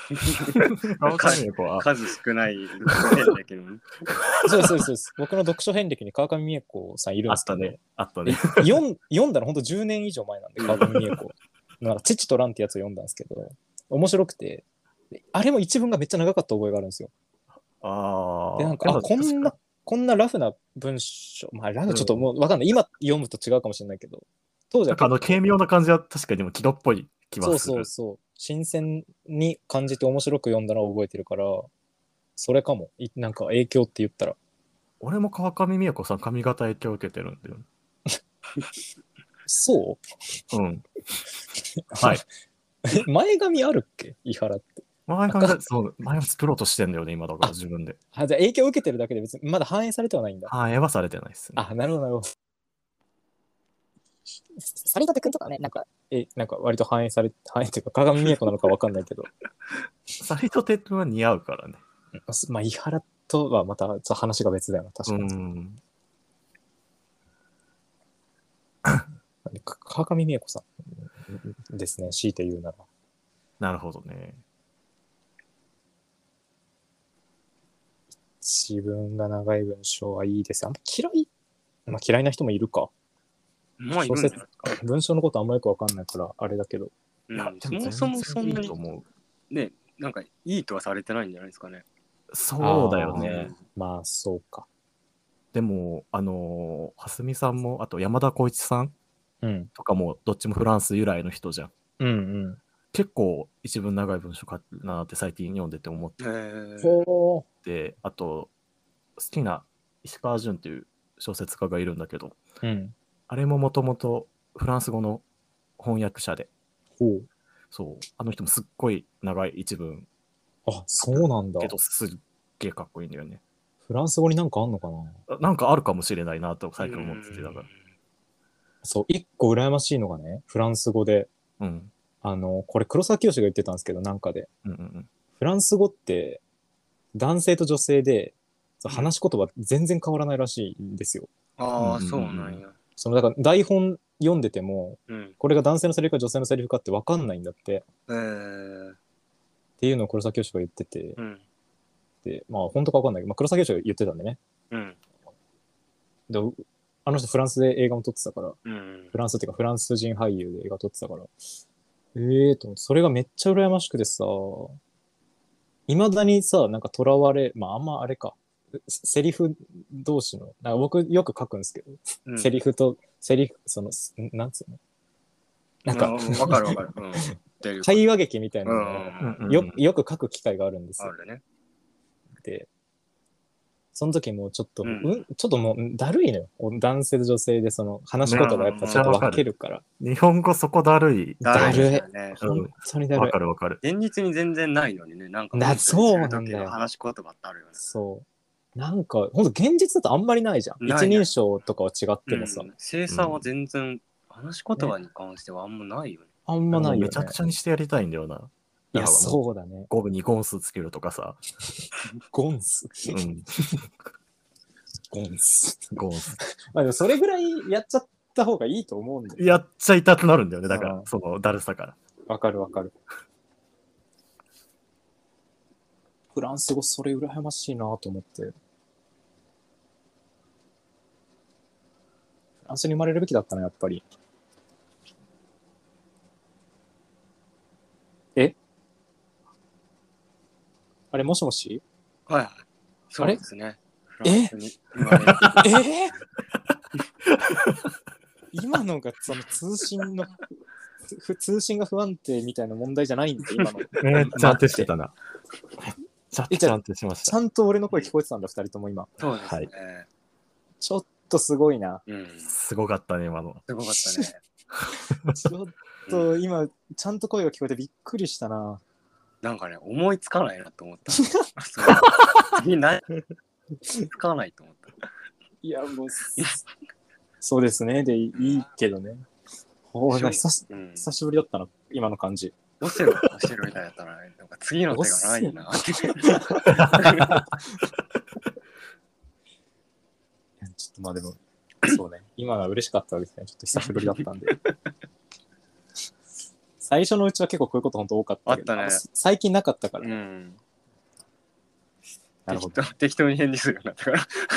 数少ない遍歴の。 そうです。僕の読書遍歴に川上美恵子さんいるんですけど。 あったね。 読んだらほんと10年以上前なんで、川上美恵子。なんか父と蘭ってやつを読んだんですけど、面白くて、あれも一文がめっちゃ長かった覚えがあるんですよ。で、なんか、こんなラフな文章、まあラフちょっともうわかんない。今読むと違うかもしれないけど、 当時は軽妙な感じは確かにも軌道っぽい気はする。 そう。新鮮に感じて面白く読んだのを覚えてるから、それかも。なんか影響って言ったら。 俺も川上美恵子さん髪型影響を受けてるんだよね。 そう？ うん。はい。 前髪あるっけ？伊原って。 前髪作ろうとしてんだよね、今だから自分で。 じゃあ影響を受けてるだけで別にまだ反映されてはないんだ。 反映はされてないっすね。 なるほど。 サリトテ君とかね、なんか割と反映っていうか、鏡美恵子なのかわかんないけど。 サリトテ君は似合うからね。 まあ、伊原とはまた話が別だよな、確かに。川上美恵子さんですね、強いて言うなら。 なるほどね。 一文が長い文章はいいですよ。嫌いな人もいるか。小説、文章のことあんまよくわかんないから、あれだけど。 そもそもそんなにね、なんかいいとはされてないんじゃないですかね。 そうだよね。 まあ、そうか。 でも、蓮見さんも、あと山田浩一さんとかも、どっちもフランス由来の人じゃん。結構一文長い文章書くなって最近読んでて思って。あと、好きな石川淳っていう小説家がいるんだけど、あれももともとフランス語の翻訳者で、そう、あの人もすっごい長い一文。 そうなんだ。 けどすっげえかっこいいんだよね。 フランス語になんかあんのかな？ なんかあるかもしれないなと最近思っててだから。 そう、一個羨ましいのがね、フランス語で、これ黒沢清が言ってたんですけど、なんかで、フランス語って男性と女性で話し言葉全然変わらないらしいんですよ。 そうなんや。 だから台本読んでても、これが男性のセリフか女性のセリフかって分かんないんだって。っていうのを黒沢清が言ってて、で、まあ本当か分かんないけど、黒沢清が言ってたんでね。で、あの人フランスで映画も撮ってたから、フランスっていうかフランス人俳優で映画撮ってたから、と思って、それがめっちゃ羨ましくてさ、 いまだにさ、なんか囚われ、まああんまあれか、セリフ同士の、なんか僕よく書くんですけど、 うん、 セリフと、その、なんつうのなんか、 わかるわかる。 会話劇みたいなのをよく書く機会があるんですよ。 あるね。 で、その時もちょっと、ちょっともうだるいのよ。男性と女性でその話し方がやっぱちょっと分けるから。 日本語そこだるい。 だるい。 ね、 本当にだるい。 わかるわかる。 現実に全然ないのにね、なんかそうなんだよ。 話し言葉ってあるよね。 そう。なんか、ほんと現実だとあんまりないじゃん。一人称とかは違ってもさ。 生産は全然、話し言葉に関してはあんまないよね。 あんまないよね。 めちゃくちゃにしてやりたいんだよな。 いや、そうだね。 語尾にゴンスつけるとかさ。 ゴンスうん。 ゴンス。 ゴンス。 まあでもそれぐらいやっちゃった方がいいと思うんだよ。 やっちゃいたくなるんだよね。だから、そのだるさから。 わかるわかる。フランス語それ羨ましいなと思って。フランスに生まれるべきだったな、やっぱり。あれ、もしもし？ はいはい。そうですね。 今のがその通信が不安定みたいな問題じゃないんで、今の。 めっちゃ安定してたな。めっちゃ安定しました。 ちゃんと俺の声聞こえてたんだ、二人とも今。 そうですね。 ちょっとすごいな。 すごかったね、今の。 すごかったね。 ちょっと今、ちゃんと声が聞こえてびっくりしたな。 なんかね、思いつかないなと思った。次つかないと思った。 いや、もう、そうですね。で、いいけどね。久しぶりだったな、今の感じ。 オセロみたいだったら、なんか次の手がないな。ちょっとまあでも、そうね。今は嬉しかったわけですね。ちょっと久しぶりだったんで。最初のうちは結構こういうこと本当多かったけど、最近なかったから。 なるほど。適当に返事するようになった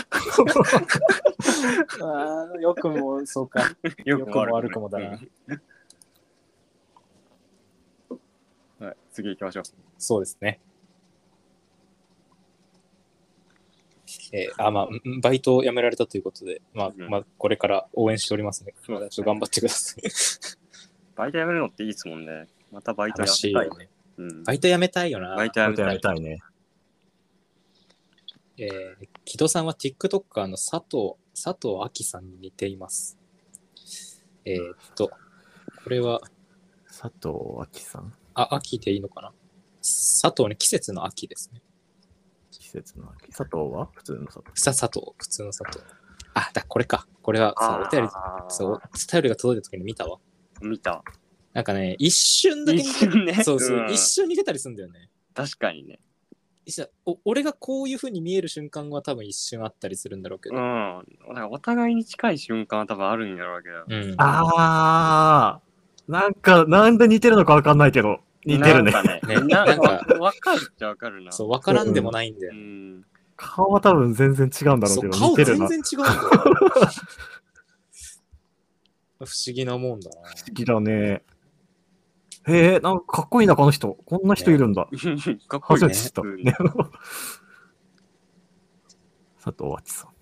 から。 よくもそうか。よくも悪くもだな。 はい、次行きましょう。 そうですね。バイトを辞められたということで、これから応援しておりますね。ちょっと頑張ってください。 バイト辞めるのっていいですもんね。またバイトやりたいよね。 バイト辞めたいよな。 バイト辞めたいね。 木戸さんは TikToker の佐藤亜希さんに似ています。これは佐藤亜希さん。 秋でいいのかな。佐藤ね、季節の秋ですね。 季節の秋。佐藤は普通の佐藤。 普通の佐藤。これか。これはさ、お便りが届いた時に見たわ。 見た。 なんかね、一瞬だけ一瞬ね。 そう、一瞬逃げたりするんだよね。 確かにね。 俺がこういう風に見える瞬間は多分一瞬あったりするんだろうけど。 なんかお互いに近い瞬間は多分あるんだろうけど。 なんで似てるのか分かんないけど、似てるね。 なんか分かるっちゃ分かるな。 そう、分からんでもないんだよ。 顔は多分全然違うんだろうけど、似てるな。 顔全然違うんだよ。不思議なもんだな。 不思議だね。なんかかっこいいな、この人。こんな人いるんだ。 かっこいいね。 佐藤亜希さん。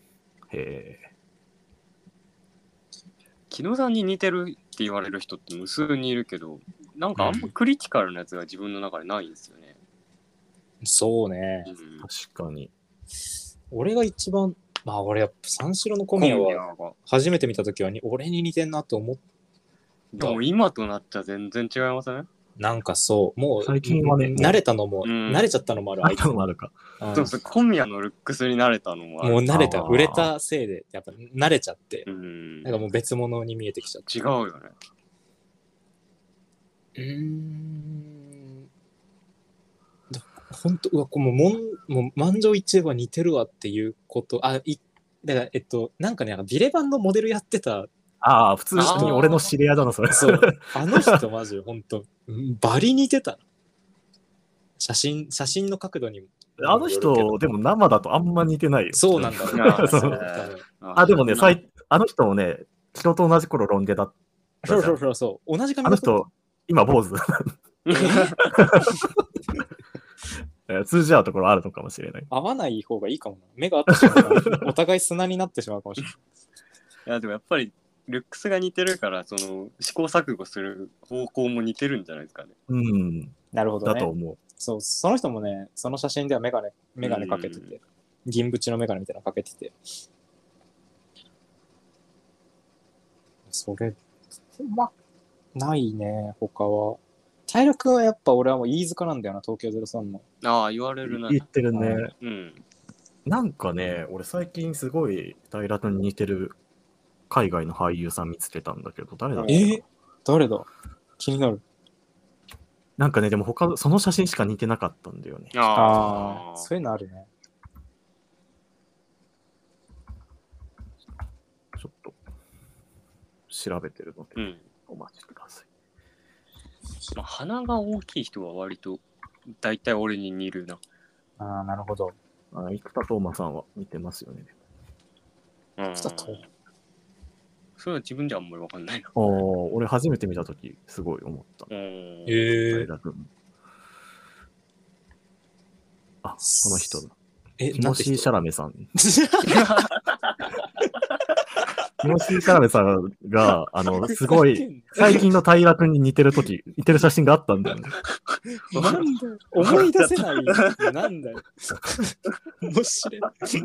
木戸さんに似てるって言われる人って無数にいるけど、なんかあんまクリティカルなやつが自分の中でないんですよね。 そうね。 確かに。 俺が一番、俺やっぱ三四郎の小宮は初めて見たときは俺に似てんなと思った。 でも今となっちゃ全然違いますね。 なんかそう、もう最近はね、 慣れたのも、慣れちゃったのもある。 あいつもあるか。 そうそう、小宮のルックスに慣れたのもある。 もう慣れた、売れたせいで、やっぱ慣れちゃって、なんかもう別物に見えてきちゃった。 違うよね。 本当もう満場一致は似てるわっていうこと、だからなんかね、ビレバンのモデルやってた。 普通に俺の知り合いだな、それ。 そう。あの人マジ本当バリ似てた。写真の角度にも。 あの人、でも生だとあんま似てないよ。 そうなんだね。でもね、あの人もね、人と同じ頃ロン毛だった。 そう。同じ髪型。 あの人、今坊主。 通じ合うところあるのかもしれない。 合わない方がいいかもな。目が合ってしまうからお互い砂になってしまうかもしれない。 いやでもやっぱりルックスが似てるからその試行錯誤する方向も似てるんじゃないですかね。 うん。 なるほどね。 だと思う。 そう、その人もね、その写真ではメガネかけてて、銀縁のメガネみたいなのかけてて。それ、ないね、他は。平君はやっぱ俺はもう飯塚なんだよな、東京03の。 ああ、言われるな。 言ってるね。 うん。 なんかね、俺最近すごい平君に似てる海外の俳優さん見つけたんだけど、誰だっけ？ 誰だ？気になる。 なんかね、でもその写真しか似てなかったんだよね。 ああ、そういうのあるね。 ちょっと調べてるので、お待ちください。 まあ、鼻が大きい人は割と大体俺に似るな。 ああ、なるほど。 生田斗真さんは似てますよね。 生田斗真。それは自分じゃあんまりわかんないな。 俺初めて見たときすごい思った。平君。あ、この人だ。ティモシー・シャラメさん。ティモシー・シャラメさんが、すごい、最近の平君に似てる写真があったんだよね。 なんだよ。思い出せない。なんだよ。面白い。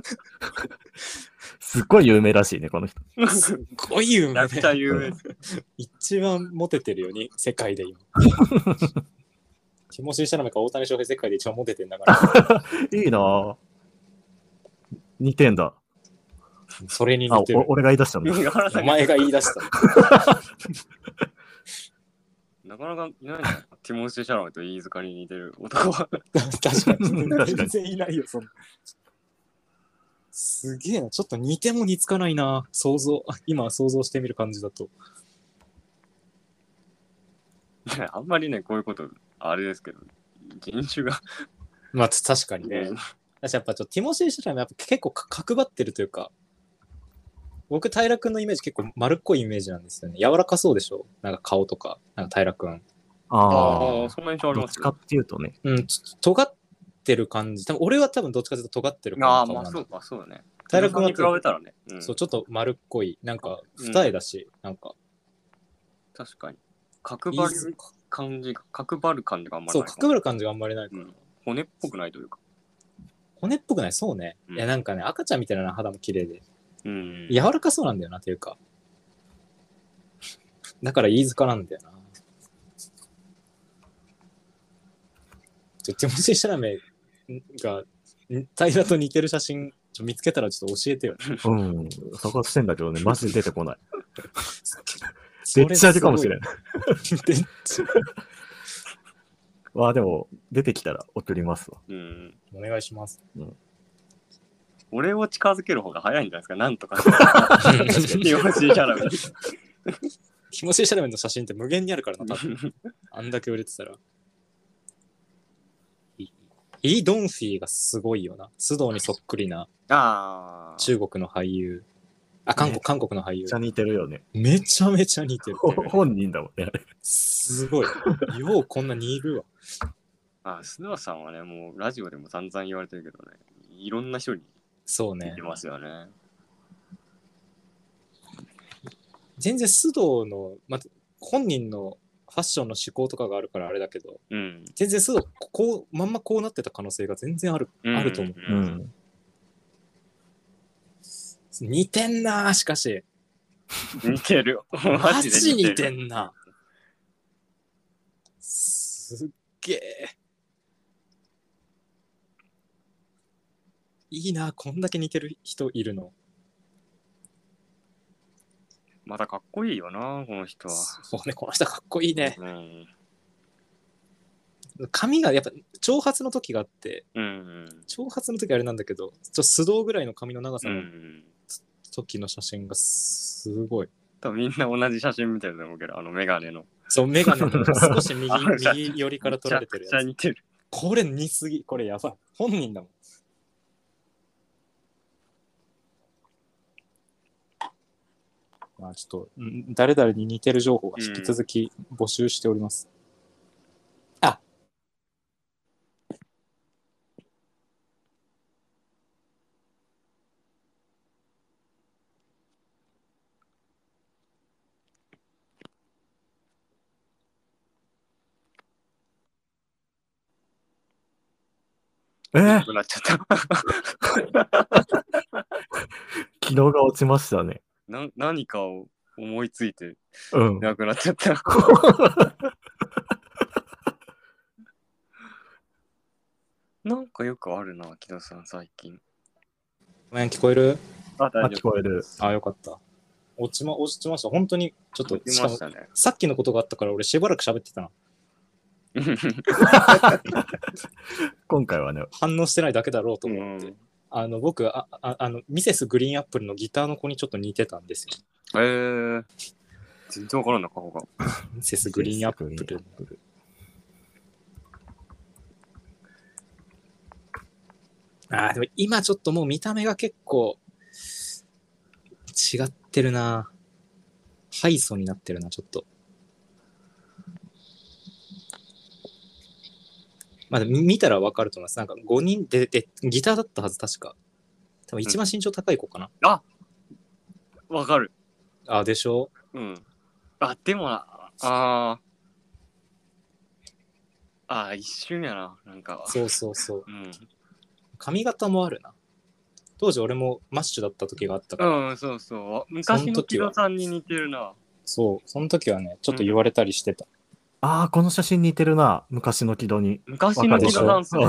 すっごい有名らしいね、この人。 すっごい有名。 めちゃくちゃ有名。 一番モテてるよね、世界で今。ティモシー・シャラメか大谷翔平世界で一番モテてんだから。 いいなぁ。似てんだ。 それに似てる。 俺が言い出したんだ。 お前が言い出した。 なかなかいないな。ティモシー・シャラメと飯塚に似てる男は。 確かに。全然いないよ、そんな。すげえな。ちょっと似ても似つかないな。今想像してみる感じだと。 あんまりね、こういうこと、あれですけど、人種が。 まあ、確かにね。私やっぱティモシー・シャラメは結構角張ってるというか、僕、平君のイメージ結構丸っこいイメージなんですよね。柔らかそうでしょ？なんか顔とか、なんか平君。 ああ、そんな印象ありますどっちかっていうとね。 うん、尖ってる感じ。俺は多分どっちかというと尖ってる感じ。ああ、まあそうか、そうだね。 平君は比べたらね。 そう、ちょっと丸っこい。なんか、二重だし、なんか。 確かに。角張る感じがあんまりない。 そう、角張る感じがあんまりないから。 骨っぽくないというか。 骨っぽくない？そうね。いや、なんかね、赤ちゃんみたいな肌も綺麗で。柔らかそうなんだよな、というか。だから飯塚なんだよな。ティモシー・シャラメが平と似てる写真見つけたらちょっと教えてよ。 探してんだけどね、マジで出てこない。でっち上げかもしれん。でも、出てきたら送りますわ。 お願いします。 俺を近づける方が早いんじゃないですか、なんとか。ティモシー・シャラメ。 ティモシー・シャラメの写真って無限にあるからな、多分。あんだけ売れてたら。イ・ドンフィーがすごいよな。須藤にそっくりな中国の俳優。韓国の俳優。 めっちゃ似てるよね。 めちゃめちゃ似てる。 本人だもんね。 すごい。ようこんな似るわ。須藤さんはね、もうラジオでも散々言われてるけどね、いろんな人に似てますよね。 全然須藤の、本人のファッションの思考とかがあるからあれだけど、全然須藤まんまこうなってた可能性が全然あると思う。似てんな、しかし。 似てる。 マジ似てんな。すっげえ。いいな、こんだけ似てる人いるの。 またかっこいいよな、この人は。 そうね、この人かっこいいね。髪がやっぱ長髪の時があって、長髪の時あれなんだけど、素動ぐらいの髪の長さの時の写真がすごい。 多分みんな同じ写真見てると思うけど、メガネの。 そう、メガネの少し右寄りから撮られてるやつ。 めっちゃ似てる。 これ似すぎ。これやばい。本人だもん。ちょっと、誰々に似てる情報が引き続き募集しております。 なくなっちゃった。 軌道が落ちましたね。 何かを思いついて、 うん。 なくなっちゃった。なんかよくあるな、木戸さん、最近。 ごめん、聞こえる？ 大丈夫。 聞こえる。 よかった。落ちました。本当に、ちょっと、 しかも、ね、 さっきのことがあったから、俺しばらく喋ってたな。 今回はね、 反応してないだけだろうと思って。僕ミセスグリーンアップルのギターの子にちょっと似てたんですよ。 全然わからんな、顔が。 ミセスグリーンアップル。でも今ちょっともう見た目が結構違ってるな。ハイソになってるな、ちょっと。まだ見たらわかると思います。なんか5人でギターだったはず、確か。多分一番身長高い子かな。 わかる。 でしょ？ うん。でも一瞬やな、なんか。 そう。うん。髪型もあるな。当時俺もマッシュだった時があったから。 そう。昔の木戸さんに似てるな。 そう、その時はね、ちょっと言われたりしてた。 この写真似てるな、昔の木戸に。 昔の木戸さんっすね。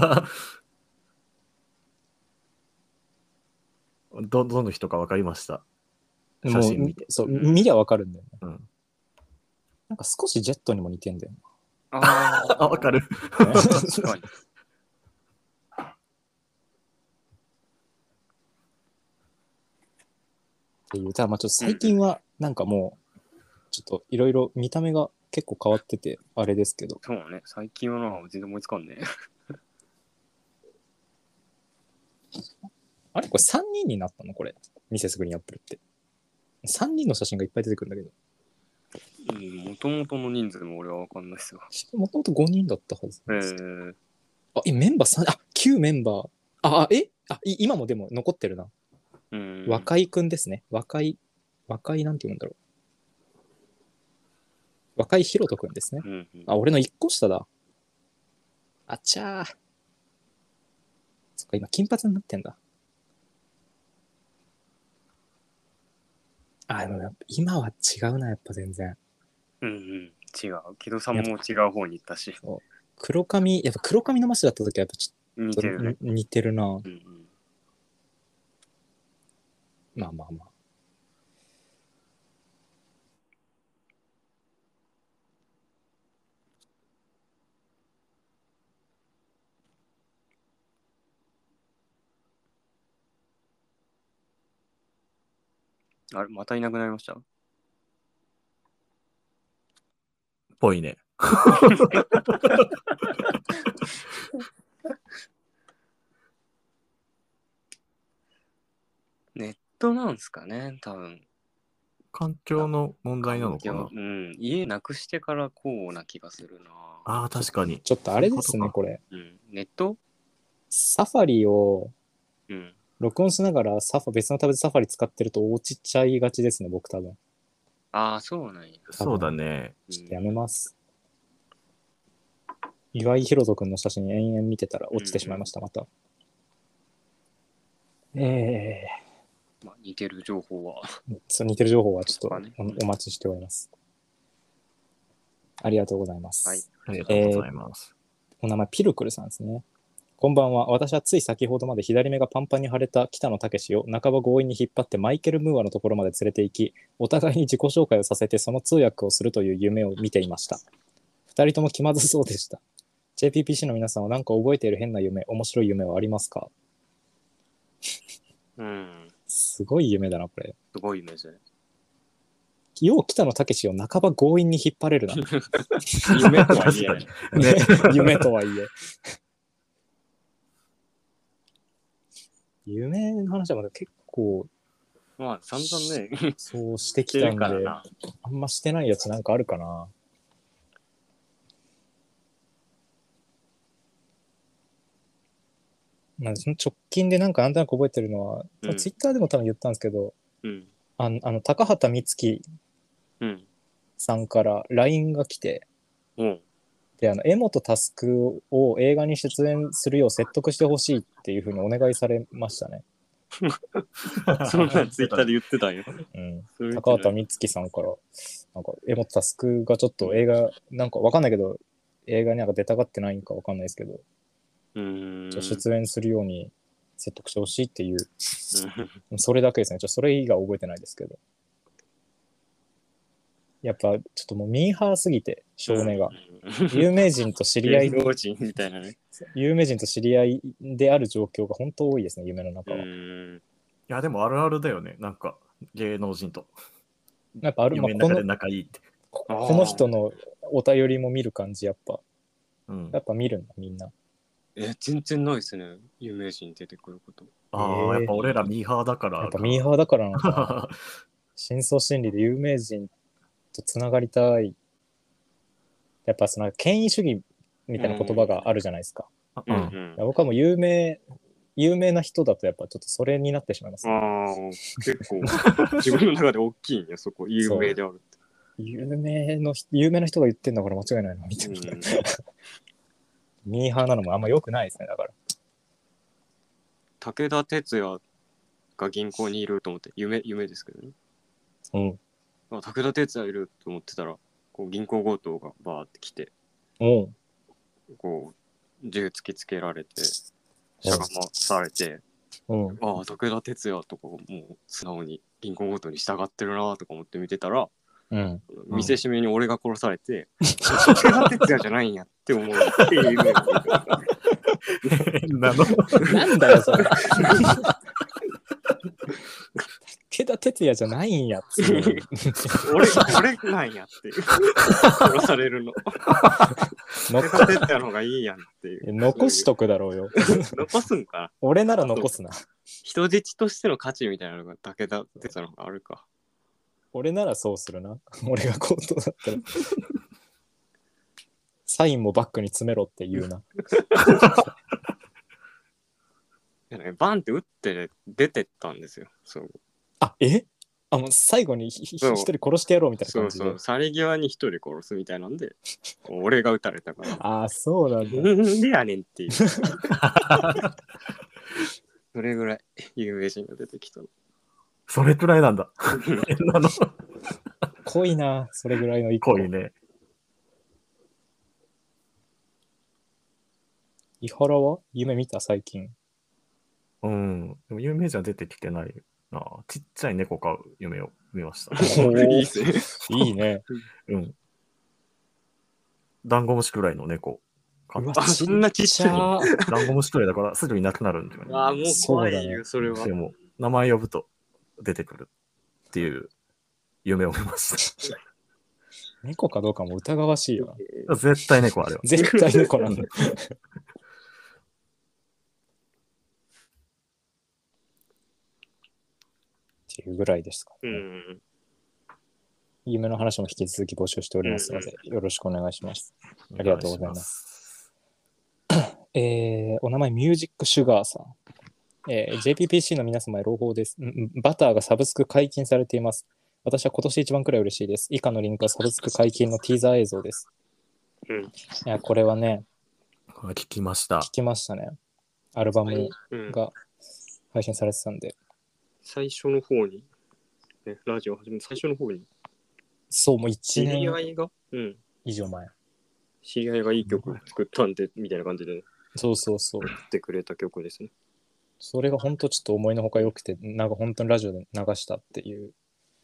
どの人か分かりました。 写真見て。そう、見りゃ分かるんだよね。なんか少しジェットにも似てんだよな。分かる。 確かに。 っていう。ただまあちょっと最近はなんかもうちょっといろいろ見た目が結構変わっててあれですけど。 そうね、最近はな全然思いつかんね。 あれこれ3人になったのこれ。ミセスグリーンアップルって。3人の写真がいっぱい出てくるんだけど。 もともとの人数も俺は分かんないっすよ。 もともと5人だったはず。メンバー3、9メンバー。今もでも残ってるな。若井くんですね。若井なんて言うんだろう。若井ひろとくんですね。俺の1個下だ。あちゃー。そっか、今金髪になってんだ。でも今は違うな、やっぱ全然。 違う。木戸さんも違う方に行ったし。 やっぱ黒髪のマスだった時はやっぱちょっと似てるな。まあ。 あれ、またいなくなりました？ ぽいね。 ネットなんすかね、多分。 環境の問題なのかな。 家なくしてからこうな気がするな。 確かに。 ちょっとあれですね、これ。 ネット？ サファリを録音しながら別のタブでサファリ使ってると落ちちゃいがちですね、僕多分。 そうなんや。 そうだね。 ちょっとやめます。岩井ひろとくんの写真延々見てたら落ちてしまいました、また。 似てる情報はちょっとお待ちしております。ありがとうございます。 はい、ありがとうございます。 お名前ピルクルさんですね。こんばんは。私はつい先ほどまで左目がパンパンに腫れた北野武を半ば強引に引っ張ってマイケル・ムーアのところまで連れて行き、お互いに自己紹介をさせてその通訳をするという夢を見ていました。二人とも気まずそうでした。JPPC の皆さんは何か覚えている変な夢、面白い夢はありますか？すごい夢だな、これ。 すごい夢ですね。 よう北野武を半ば強引に引っ張れるな。 夢とはいえ。 ね、夢とはいえ。夢の話はまだ結構、 散々ね、 そうしてきたんで、あんましてないやつなんかあるかな。その直近でなんとなく覚えてるのは、ツイッターでも多分言ったんですけど、高畑充希さんから LINE が来て、 で、江本佑を映画に出演するよう説得してほしいっていうふうにお願いされましたね。 そんなんツイッターで言ってたんよ。 高畑充希さんから、なんか江本佑がちょっと映画、なんかわかんないけど、映画になんか出たがってないんかわかんないですけど、出演するように説得してほしいっていう、それだけですね。それ以外覚えてないですけど。やっぱちょっともうミーハーすぎて、少年が。有名人と知り合い、有名人と知り合いである状況が本当多いですね、夢の中は。 いや、でもあるあるだよね、なんか芸能人と。 やっぱある、 夢の中で仲いいって。 この人のお便りも見る感じ、やっぱ見るんだ、みんな。 全然ないですね、有名人出てくること。 やっぱ俺らミーハーだから。 やっぱミーハーだからなのかな。深層心理で有名人とつながりたい。やっぱその権威主義みたいな言葉があるじゃないですか。僕はもう有名な人だとやっぱちょっとそれになってしまいます、 ね。結構自分の中で大きいんや、そこ有名であるって。 有名な人が言ってんだから間違いないなみたいな。ミーハーなのもあんま良くないですね、だから。 武田鉄矢が銀行にいると思って、夢ですけどね。武田鉄矢いると思ってたら、こう銀行強盗がバーって来て、こう銃突きつけられて、しゃがまされて、武田鉄矢とかもう素直に銀行強盗に従ってるなとか思って見てたら、見せしめに俺が殺されて、武田鉄矢じゃないんやって思うっていう夢を見た。 なんだよそれ。武田鉄矢じゃないんやっていう。 俺なんやっていう。殺されるの。武田鉄矢の方がいいやんっていう。 残しとくだろうよ。 残すんか。 俺なら残すな。 人質としての価値みたいなのが武田鉄矢の方があるか。 俺ならそうするな。俺が強盗だったら。サインもバッグに詰めろって言うな。 バンって撃って出てったんですよ。そう。 もう最後に一人殺してやろうみたいな感じで。 そう、去り際に一人殺すみたいなんで、俺が撃たれたから。 そうなんだ。 なんでやねんっていう。それぐらい有名人が出てきたの。 それくらいなんだ。 濃いな、それぐらいの一個。濃いね。 伊原は夢見た最近。 でも有名人は出てきてないな。ちっちゃい猫飼う夢を見ました。 いいっすね。 いいね。 ダンゴムシくらいの猫。 そんなちっちゃい。 ダンゴムシくらいだからすぐいなくなるんだよね。 もう怖いよ、それは。 でも名前呼ぶと出てくるっていう夢を見ました。 猫かどうかも疑わしいよな。絶対猫あれは。 絶対猫なんだ。っていうぐらいですか、ね。夢の話も引き続き募集しておりますので、よろしくお願いします。ありがとうございます。お名前ミュージックシュガーさん。JPPC の皆様へ朗報です。バターがサブスク解禁されています。私は今年一番くらい嬉しいです。以下のリンクはサブスク解禁のティーザー映像です。いや、これはね、 聞きました。 聞きましたね。アルバムが配信されてたんで。 最初の方に、ね、ラジオ始めて最初の方に。 そう、もう1年知り合いが、 以上前。 知り合いがいい曲作ったんで、みたいな感じで、ね。 そう。 作ってくれた曲ですね。 それが本当ちょっと思いのほか良くて、なんか本当にラジオで流したっていう。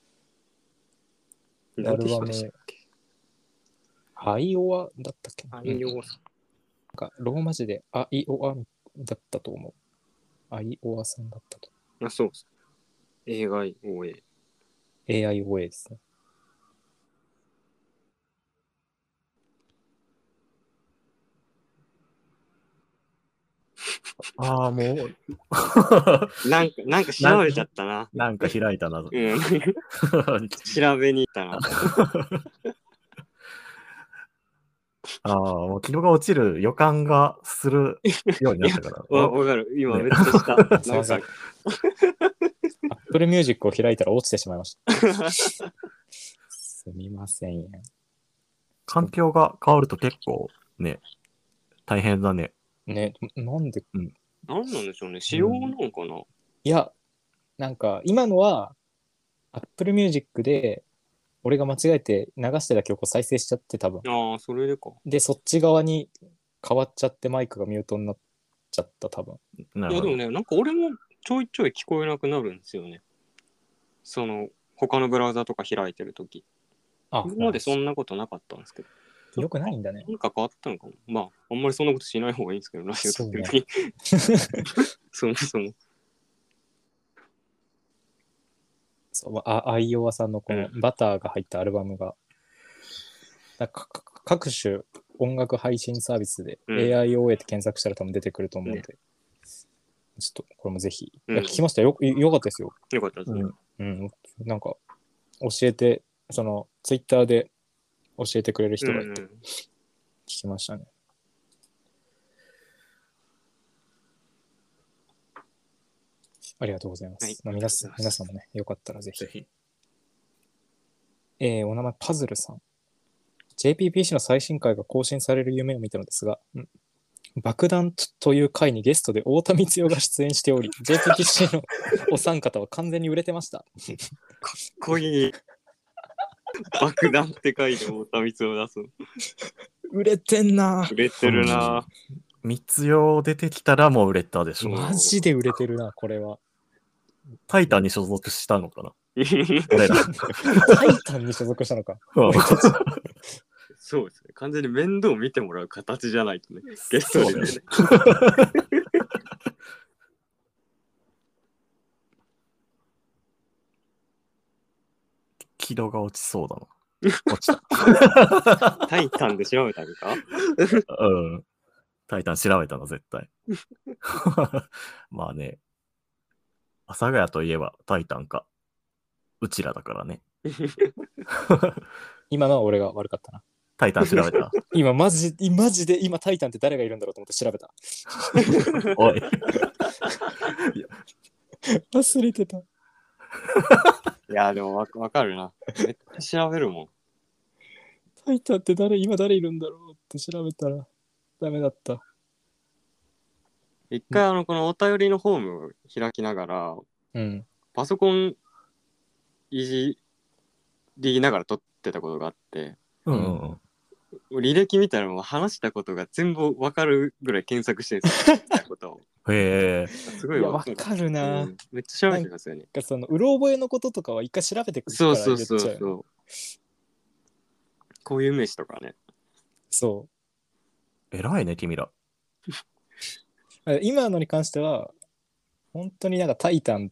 アルバム。アイオワだったっけ？ アイオワ。 ローマ字でアイオワだったと思う。アイオワさんだったと。 そうです。AIOA。 AIOA ですね。 もうなんか調べちゃったな。 なんか開いたな。 調べに行ったな。 もう気が落ちる予感がするようになったから。 わかる。今めっちゃした。なんか Apple Music を開いたら落ちてしまいました。すみません。 環境が変わると結構ね。大変だね。 ね、なんで、 なんなんでしょうね。仕様なのかな、 いや、なんか今のは Apple Music で俺が間違えて流してた曲を再生しちゃって多分。 ああ、それでか。 で、そっち側に変わっちゃってマイクがミュートになっちゃった多分。 いやでもね、なんか俺もちょいちょい聞こえなくなるんですよね。その他のブラウザとか開いてるとき。 あ、 今までそんなことなかったんですけど。 よくないんだね。 なんか変わったのかも。まあ、あんまりそんなことしない方がいいんですけど、ラジオ撮ってる時に。そもそも。 そうアイオワさんのこのバターが入ったアルバムが、各種音楽配信サービスで AIOA って検索したら多分出てくると思うんで、ちょっとこれもぜひ。いや聞きましたよ。よかったですよ。 よかったですね。 なんか教えて、そのツイッターで教えてくれる人がいて、聞きましたね。ありがとうございます。はい、皆さんもね、よかったらぜひ。お名前パズルさん。JPPC の最新回が更新される夢を見たのですが、爆弾という回にゲストで太田光代が出演しており、JPPC のお三方は完全に売れてました。かっこいい。爆弾って書いて太田光代出す。 売れてんな。 売れてるな。 光代出てきたらもう売れたでしょ。 マジで売れてるな、これは。 タイタンに所属したのかな俺ら。タイタンに所属したのか。 そうですね。完全に面倒見てもらう形じゃないとね。ゲストでね。 軌道が落ちそうだな。落ちた。タイタンで調べたのかうん。タイタン調べたの、絶対。まあね。阿佐ヶ谷といえばタイタンか。うちらだからね。 今のは俺が悪かったな。 タイタン調べた今マジで今タイタンって誰がいるんだろうと思って調べた。 おい。 忘れてた。 いや、でもわかるな。めっちゃ調べるもん。 タイタンって今誰いるんだろうって調べたらダメだった。 一回このお便りのフォーム開きながら、パソコンいじりながら撮ってたことがあって、履歴見たらもう話したことが全部分かるぐらい検索してるんですよ。ことをへえ。 すごい分かるな、 めっちゃ調べてますよね。 そのうろ覚えのこととかは一回調べてくるから言っちゃう。そうこういう名詞とかね。 そう。 偉いね、君ら。 今のに関しては、本当になんかタイタンって、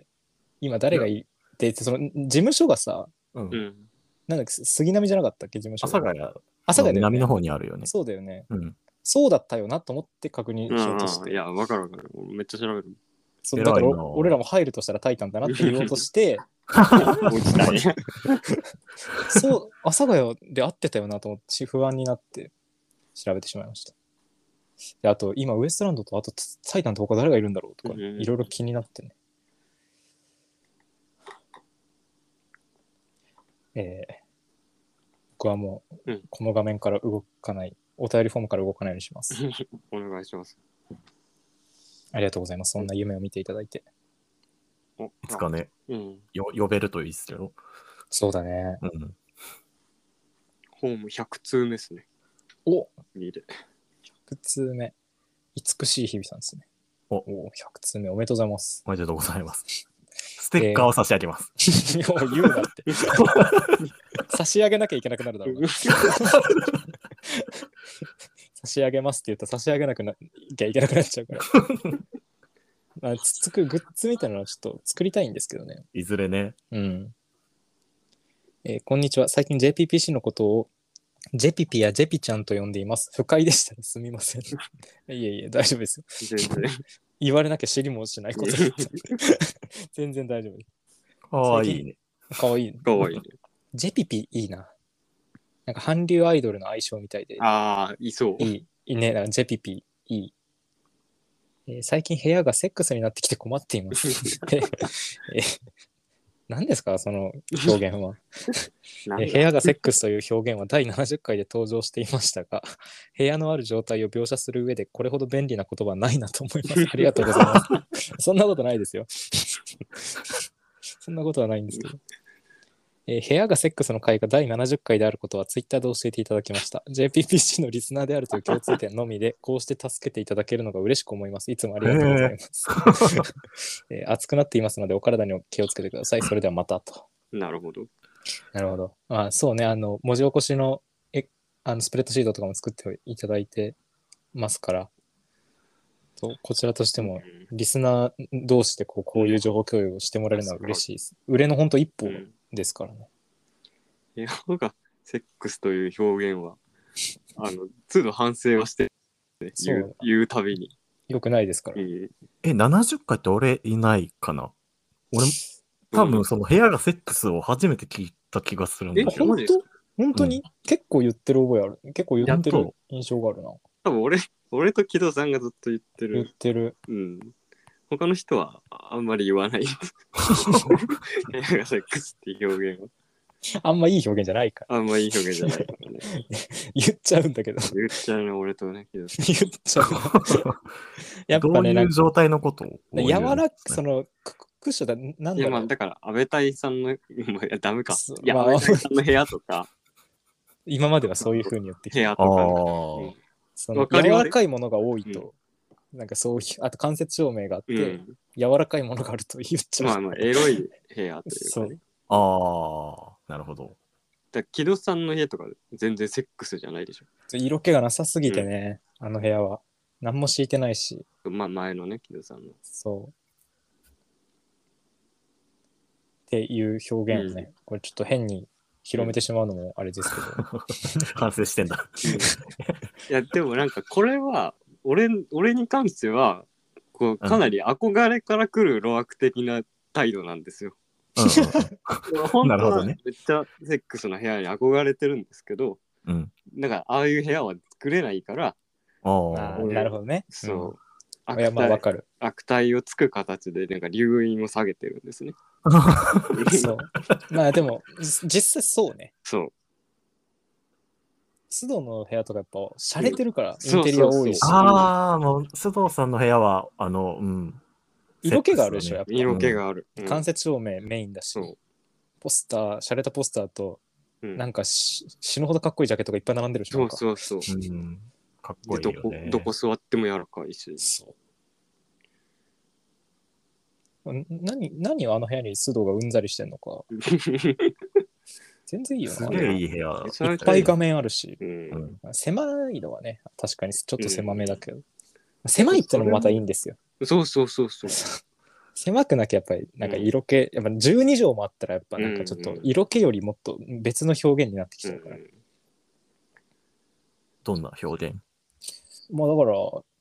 今誰がいて、その事務所がさ、なんだっけ、杉並じゃなかったっけ、事務所。 阿佐ヶ谷南の方にあるよね。 そうだよね。そうだったよなと思って確認しようとして。 いや、わかる。めっちゃ調べる。 そうだから俺らも入るとしたらタイタンだなって言おうとして、そう、阿佐ヶ谷で会ってたよなと思って不安になって調べてしまいました。であと今ウエストランドとあとタイタンと他誰がいるんだろうとかいろいろ気になってね。僕はもうこの画面から動かない、お便りフォームから動かないようにします。 お願いします。 ありがとうございます。そんな夢を見ていただいて。 いつかね、呼べるといいっすよ。 そうだね。 ホーム100通目ですね。 お見る。 100通目。美しい日々さんですね。100通目おめでとうございます。 おめでとうございます。ステッカーを差し上げます。 言うなって。差し上げなきゃいけなくなるだろうな。差し上げますって言うと差し上げなきゃいけなくなっちゃうから。つっつくグッズみたいなのはちょっと作りたいんですけどね。 いずれね。 こんにちは。最近 JPPC のことをジェピピやジェピちゃんと呼んでいます。不快でしたらすみません。いえ、大丈夫ですよ。言われなきゃ知りもしないことだった。全然大丈夫です。 かわいいね。 かわいいね。 ジェピピいいな。なんか韓流アイドルの相性みたいで。 いそう。 いいね。なんかジェピピいい。最近部屋がセックスになってきて困っています。 何ですかその表現は。部屋がセックスという表現は第70回で登場していましたが、部屋のある状態を描写する上でこれほど便利な言葉はないなと思います。ありがとうございます。そんなことないですよ。そんなことはないんですけど。部屋がセックスの回が第70回であることはツイッターで教えていただきました。JPPC のリスナーであるという共通点のみで、こうして助けていただけるのが嬉しく思います。いつもありがとうございます。熱くなっていますので、お体に気をつけてください。それではまたと。 なるほど。 なるほど。あ、そうね。文字起こしのスプレッドシートとかも作っていただいてますから、こちらとしても、リスナー同士でこういう情報共有をしてもらえるのは嬉しいです。売れの本当一歩ですからね。 部屋がセックスという表現は、都度反省はして、ね、言うたびに。 よくないですから。 70回って俺いないかな。俺、多分その部屋がセックスを初めて聞いた気がするんだけど。 本当に、結構言ってる覚えある。結構言ってる印象があるな。 多分俺と木戸さんがずっと言ってる。 言ってる。 うん。他の人はあんまり言わない。部屋がセックスっていう表現は。 あんまいい表現じゃないから。 あんまいい表現じゃないからね。 言っちゃうんだけど。 言っちゃうね、俺とね、木戸さん。 言っちゃう。やっぱね、 どういう状態のことを柔らかそのクッションだ、なんだろう。 いや、まあ、だから、安倍隊さんの、いや、ダメか。いや、安倍隊さんの部屋とか。 今まではそういう風に言ってきた。部屋とか。 その柔らかいものが多いと、なんかそういう、あと間接照明があって、柔らかいものがあると言っちゃう。 まあ、エロい部屋というかね。 なるほど。 木戸さんの部屋とか全然セックスじゃないでしょ。 色気がなさすぎてね、あの部屋は。何も敷いてないし。 まあ、前のね、木戸さんの。 そう。っていう表現をね、これちょっと変に広めてしまうのもあれですけど。 反省してんだ。 いや、でもなんかこれは、俺に関しては、こうかなり憧れから来る路悪的な態度なんですよ。本当はめっちゃセックスな部屋に憧れてるんですけど、なんかああいう部屋は作れないから、 なるほどね。 そう。 いや、まあわかる。 悪態をつく形でなんか留飲を下げてるんですね。 そう。まあでも実際そうね。 そう。 須藤の部屋とかやっぱ洒落てるからインテリア多いし。 もう須藤さんの部屋は色気があるでしょ、やっぱ。 色気がある。 間接照明メインだし、ポスター、洒落たポスターと、なんか死ぬほどかっこいいジャケットがいっぱい並んでるし。 そう。 かっこいいよね。 どこ座っても柔らかいし。 そう。何をあの部屋に須藤がうんざりしてんのか。全然いいよな。 すげえいい部屋。 いっぱい画面あるし。狭いのはね、確かにちょっと狭めだけど。狭いってのもまたいいんですよ。 そう。 狭くなきゃやっぱりなんか色気、やっぱ12畳もあったらやっぱなんかちょっと色気よりもっと別の表現になってきちゃうから。 どんな表現？ まあだから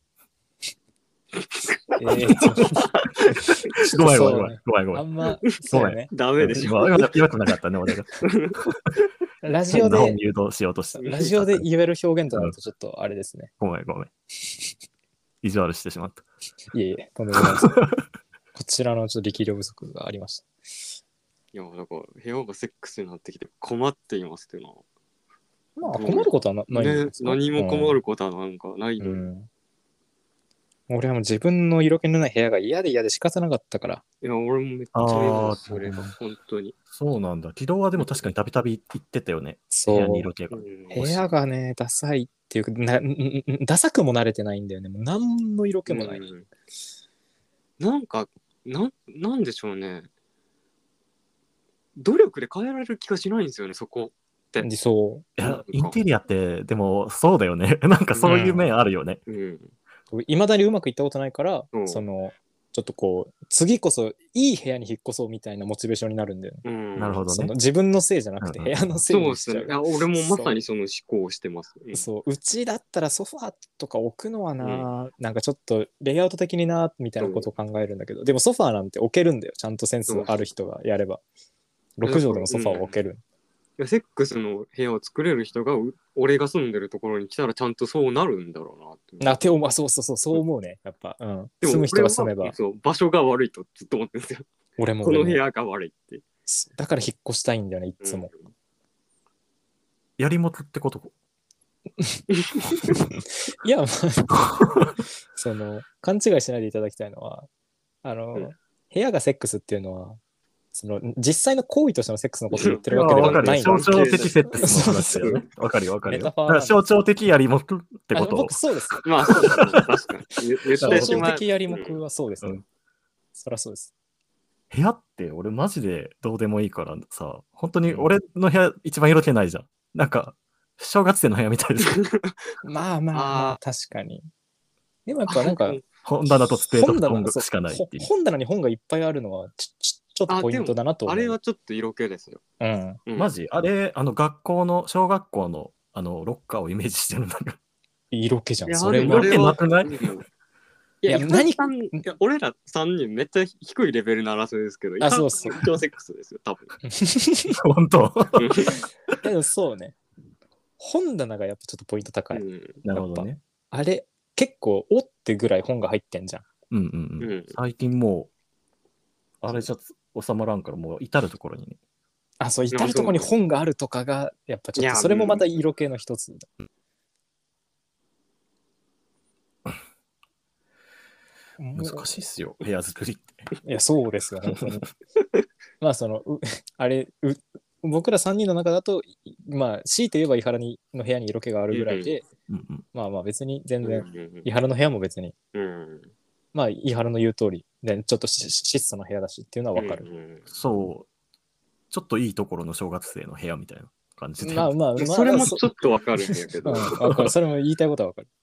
ごめん。 あんま、そうね。 ダメでしょ。 よくなかったね、俺が。 ラジオで、 誘導しようとした。 ラジオで言える表現となるとちょっとあれですね。 ごめん。意地悪してしまった。 いえ、とんでもないです。こちらのちょっと力量不足がありました。 いや、だから、部屋がセックスになってきて困っていますっていうのは。 まあ、困ることはないんですか、 何も困ることはなんかないの。 俺はもう自分の色気のない部屋が嫌で仕方なかったから。 いや、俺もめっちゃ嫌だ、それが、本当に。 そうなんだ。軌道はでも確かにたびたび言ってたよね。 そう。 部屋に色気が。 部屋がね、ダサいっていうか、ダサくも慣れてないんだよね。もう何の色気もない。 なんか、なんでしょうね。努力で変えられる気がしないんですよね、そこって。 そう。 いや、インテリアって、でもそうだよね。なんかそういう面あるよね。 いまだにうまくいったことないから、その、ちょっとこう、次こそいい部屋に引っ越そうみたいなモチベーションになるんだよね。 なるほどね。 自分のせいじゃなくて部屋のせいにしちゃう。 そうですね。俺もまさにその思考をしてます。 そう。うちだったらソファーとか置くのはな、なんかちょっとレイアウト的にな、みたいなことを考えるんだけど、でもソファーなんて置けるんだよ。ちゃんとセンスある人がやれば。6畳でもソファーを置ける。 セックスの部屋を作れる人が俺が住んでるところに来たらちゃんとそうなるんだろうなって。 そう思うね。やっぱ。住む人が住めば。 そう、場所が悪いとずっと思ってるんですよ。 俺も。 この部屋が悪いって。 だから引っ越したいんだよね、いつも。 やりもつってこといや、まあ、勘違いしないでいただきたいのは、部屋がセックスっていうのは、実際の行為としてのセックスのことを言ってるわけではない象徴的セックスの話だよね。わかるよ。だから象徴的やりもくってこと。 僕そうです。 まあそうですね。確かに。 象徴的やりもくはそうですね。そりゃそうです。 部屋って俺マジでどうでもいいからさ、本当に俺の部屋一番色気ないじゃん。なんか、小学生の部屋みたいです。 まあ、確かに。でもやっぱなんか、 本棚とスペードと本しかないっていう。 本棚に本がいっぱいあるのはちょっとポイントだなと思う。 あれはちょっと色気ですよ。 マジあれ、学校の、小学校のロッカーをイメージしてるんだけど。 色気じゃん。 それ色気なくない？ いや、俺ら3人めっちゃ低いレベルの争いですけど、 そうそう。 超セックスですよ、多分。 本当？ でもそうね。本棚がやっぱちょっとポイント高い。 なるほどね。 あれ、結構、おってぐらい本が入ってんじゃん。最近もう、あれじゃ収まらんから、もう至るところにね。 そう、至るところに本があるとかが、やっぱちょっと、それもまた色気の一つ。 難しいっすよ、部屋作りって。 いや、そうですよ、本当に。まあ、僕ら3人の中だと、まあ、強いて言えば伊原の部屋に色気があるぐらいで、まあ別に全然、伊原の部屋も別に、まあ、伊原の言う通り、でちょっと質素な部屋だしっていうのは分かる。 そう。ちょっといいところの小学生の部屋みたいな感じで。 まあ、 それもちょっと分かるんだけど。 分かる。それも言いたいことは分かる。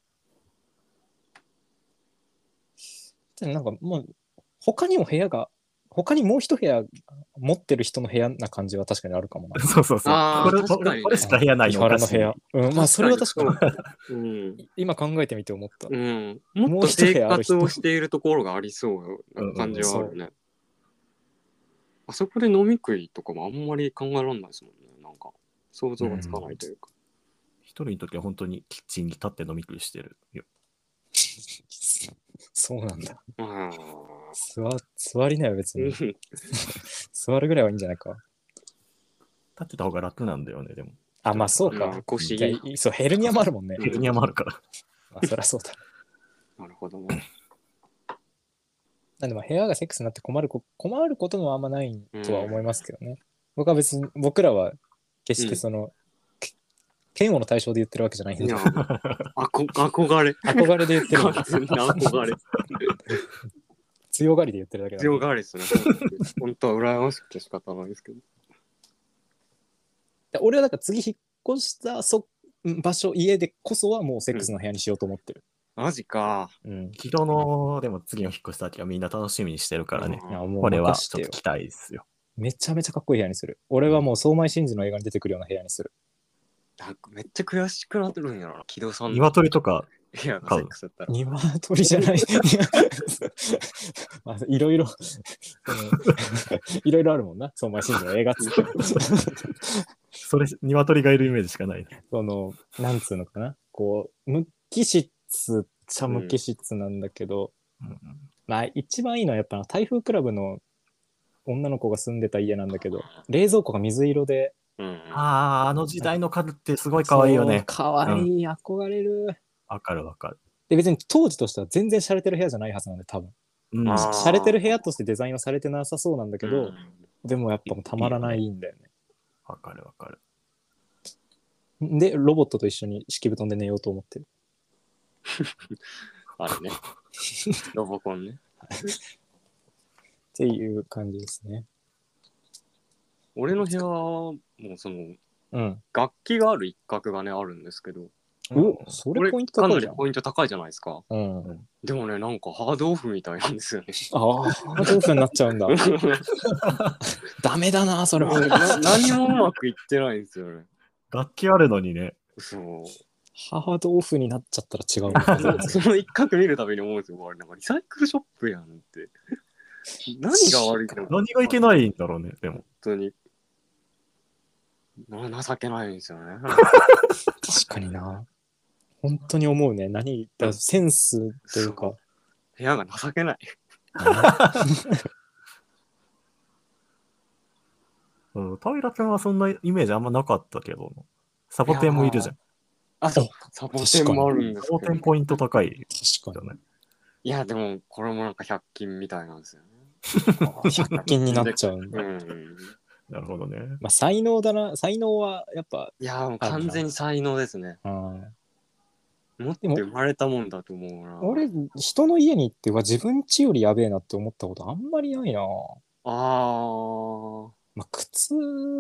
なんかもう、他にもう一部屋持ってる人の部屋な感じは確かにあるかもな。 そう。これしか部屋ないの。伊原の部屋。まあそれは確かに。今考えてみて思った。 もっと生活をしているところがありそうな感じはあるね。あそこで飲み食いとかもあんまり考えられないですもんね。なんか想像がつかないというか。 一人の時は本当にキッチンに立って飲み食いしてるよ。 そうなんだ。座りなよ、別に。座るぐらいはいいんじゃないか。 立ってた方が楽なんだよね、でも。 まあそうか。 腰。 そう、ヘルニアもあるもんね。 ヘルニアもあるから。 そりゃそうだ。 なるほどね。 なんで部屋がセックスになって困ることもあんまないとは思いますけどね。僕らは決して嫌悪の対象で言ってるわけじゃないんで。 憧れ。 憧れで言ってる。 憧れ。 強がりで言ってるだけだ。 強がりですね。本当は羨ましくて仕方ないですけど。 俺はだから次引っ越した場所、家でこそはもうセックスの部屋にしようと思ってる。 マジか。 昨日のでも次の引っ越した時はみんな楽しみにしてるからね。これはちょっと期待ですよ。 めちゃめちゃかっこいい部屋にする。俺はもう相米真司の映画に出てくるような部屋にする。 なんかめっちゃ悔しくなってるんやな、木戸さん。 鶏とかいや、セックスだったら。 鶏じゃない。いろいろあるもんな、相米真司の映画っつって。 それ、鶏がいるイメージしかない。 なんつうのかな。無機質っちゃ無機質なんだけど、まあ一番いいのはやっぱ台風クラブの女の子が住んでた家なんだけど、冷蔵庫が水色で、 あの時代の家具ってすごい可愛いよね。 可愛い、憧れる。 わかる。 で、別に当時としては全然洒落てる部屋じゃないはずなんで、多分。洒落てる部屋としてデザインはされてなさそうなんだけど、でもやっぱもうたまらないんだよね。 わかる。 で、ロボットと一緒に敷布団で寝ようと思ってる。 あれね。ロボコンね。 っていう感じですね。 俺の部屋はもう楽器がある一角がねあるんですけど。 それポイント高いじゃん。 かなりポイント高いじゃないですか。でもね、なんかハードオフみたいなんですよね。 ハードオフになっちゃうんだ。ダメだな、それは。 何もうまくいってないんですよね。 楽器あるのにね。 そう。 ハードオフになっちゃったら違う。 その一角見るたびに思うんですよ。あれなんかリサイクルショップやんって。何が悪いの？ 何がいけないんだろうね、でも。 本当に。情けないんですよね。 確かにな。本当に思うね。センスというか。 部屋が情けない。 平君はそんなイメージあんまなかったけど、サボテンもいるじゃん。 あ、そう、サボテンもあるんですサボけど。 テンポイント高い。 確かに。 いや、でも、これもなんか100均みたいなんですよね。 100均になっちゃうんだ。 なるほどね。 まあ、才能だな。才能はやっぱ。 いや、もう完全に才能ですね。持って生まれたもんだと思うな。 俺、人の家に行っては自分家よりやべえなって思ったことあんまりないな。まあ、靴。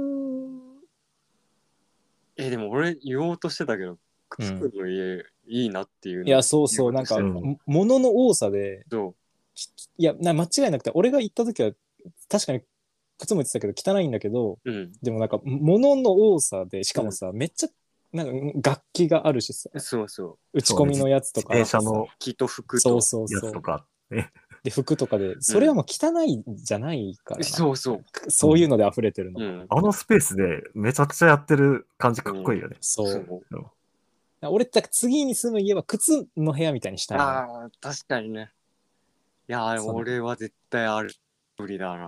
でも俺言おうとしてたけど、靴くんの家、いいなっていうの。 いや、そうそう、なんか、物の多さで、いや、間違いなくて、俺が行った時は、確かに靴も言ってたけど、汚いんだけど、でもなんか、物の多さで、しかもさ、めっちゃ、なんか楽器があるしさ、 そうそう。 打ち込みのやつとか、 自転車の木と服とやつとか。 で、服とかで、それはもう汚いじゃないからな。 そうそう。 そういうので溢れてるの。 あのスペースでめちゃくちゃやってる感じかっこいいよね。 そう。俺って次に住む家は靴の部屋みたいにしたいの。 ああ、確かにね。いや、俺は絶対ある。無理だな。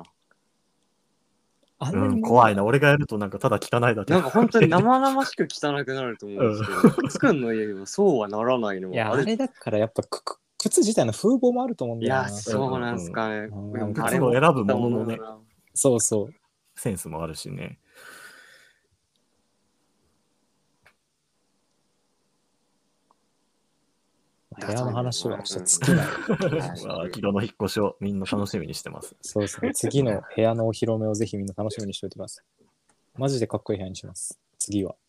怖いな。俺がやるとなんかただ汚いだけ。 なんか本当に生々しく汚くなると思うんですけど、靴くんの家はそうはならないのも。 いや、あれだからやっぱ靴自体の風貌もあると思うんだよな。 いや、そうなんすかね。 靴の選ぶもののね。 そうそう。 センスもあるしね。 部屋の話はちょっと尽きない。 昨日の引っ越しをみんな楽しみにしてます。 そうですね。次の部屋のお披露目をぜひみんな楽しみにしておいてください。マジでかっこいい部屋にします。次は。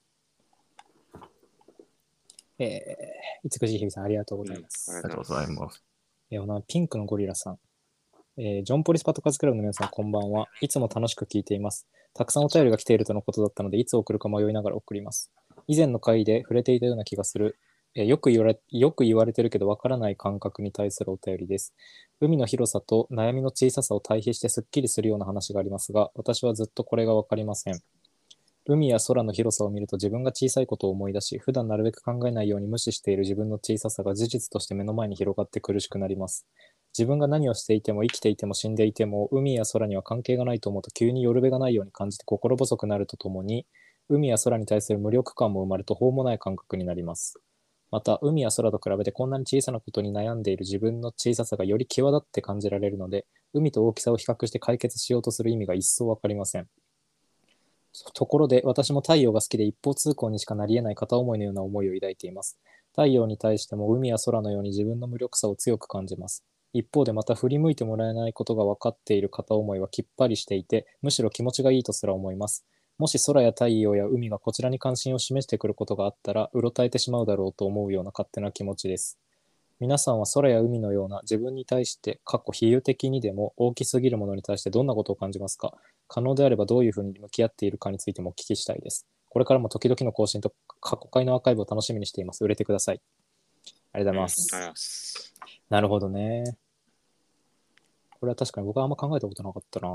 美しい日々さん、ありがとうございます。 ありがとうございます。 ピンクのゴリラさん。ジョンポリスパトカズクラブの皆さん、こんばんは。いつも楽しく聞いています。たくさんお便りが来ているとのことだったので、いつ送るか迷いながら送ります。以前の回で触れていたような気がする。よく言われてるけどわからない感覚に対するお便りです。海の広さと悩みの小ささを対比してすっきりするような話がありますが、私はずっとこれがわかりません。海や空の広さを見ると自分が小さいことを思い出し、普段なるべく考えないように無視している自分の小ささが事実として目の前に広がって苦しくなります。自分が何をしていても生きていても死んでいても海や空には関係がないと思うと急によるべがないように感じて心細くなるとともに、海や空に対する無力感も生まれ途方もない感覚になります。また海や空と比べてこんなに小さなことに悩んでいる自分の小ささがより際立って感じられるので、海と大きさを比較して解決しようとする意味が一層わかりません。ところで私も太陽が好きで一方通行にしかなり得ない片思いのような思いを抱いています。太陽に対しても海や空のように自分の無力さを強く感じます。一方でまた振り向いてもらえないことが分かっている片思いはきっぱりしていて、むしろ気持ちがいいとすら思います。もし空や太陽や海がこちらに関心を示してくることがあったら、うろたえてしまうだろうと思うような勝手な気持ちです。皆さんは空や海のような自分に対して比喩的にでも大きすぎるものに対してどんなことを感じますか？可能であればどういうふうに向き合っているかについてもお聞きしたいです。これからも時々の更新と過去回のアーカイブを楽しみにしています。売れてください。ありがとうございます。なるほどね。これは確かに僕はあんま考えたことなかったな。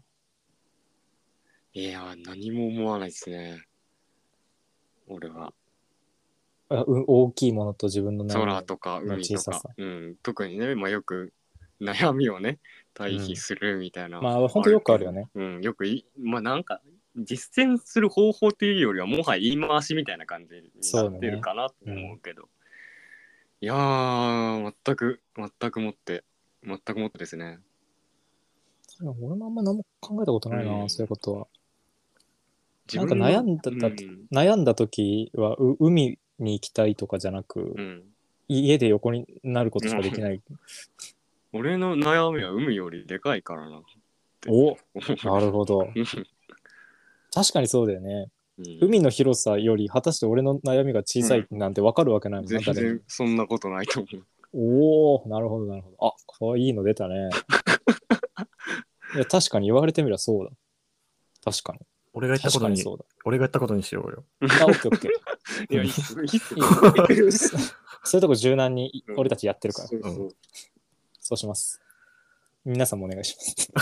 いや、何も思わないですね。俺は。 大きいものと自分の空とか海とか、特にね、よく悩みをね対比するみたいな、 まあ本当よくあるよね。 よくなんか実践する方法っていうよりはもはや言い回しみたいな感じになってるかなと思うけど、いやー全くもってですね。 俺もあんま何も考えたことないな、そういうことは。なんか悩んだ時は海に行きたいとかじゃなく、家で横になることしかできない。 俺の悩みは海よりでかいからな。 お、なるほど。確かにそうだよね。海の広さより果たして俺の悩みが小さいなんて分かるわけないもんな。 全然そんなことないと思う。 おお、なるほどなるほど。あ、かわいいの出たね。いや確かに言われてみればそうだ。確かに。 俺が言ったことにしようよ。 あ、オッケーオッケー。いや、いいっす。そういうとこ柔軟に俺たちやってるから。そうします。皆さんもお願いします。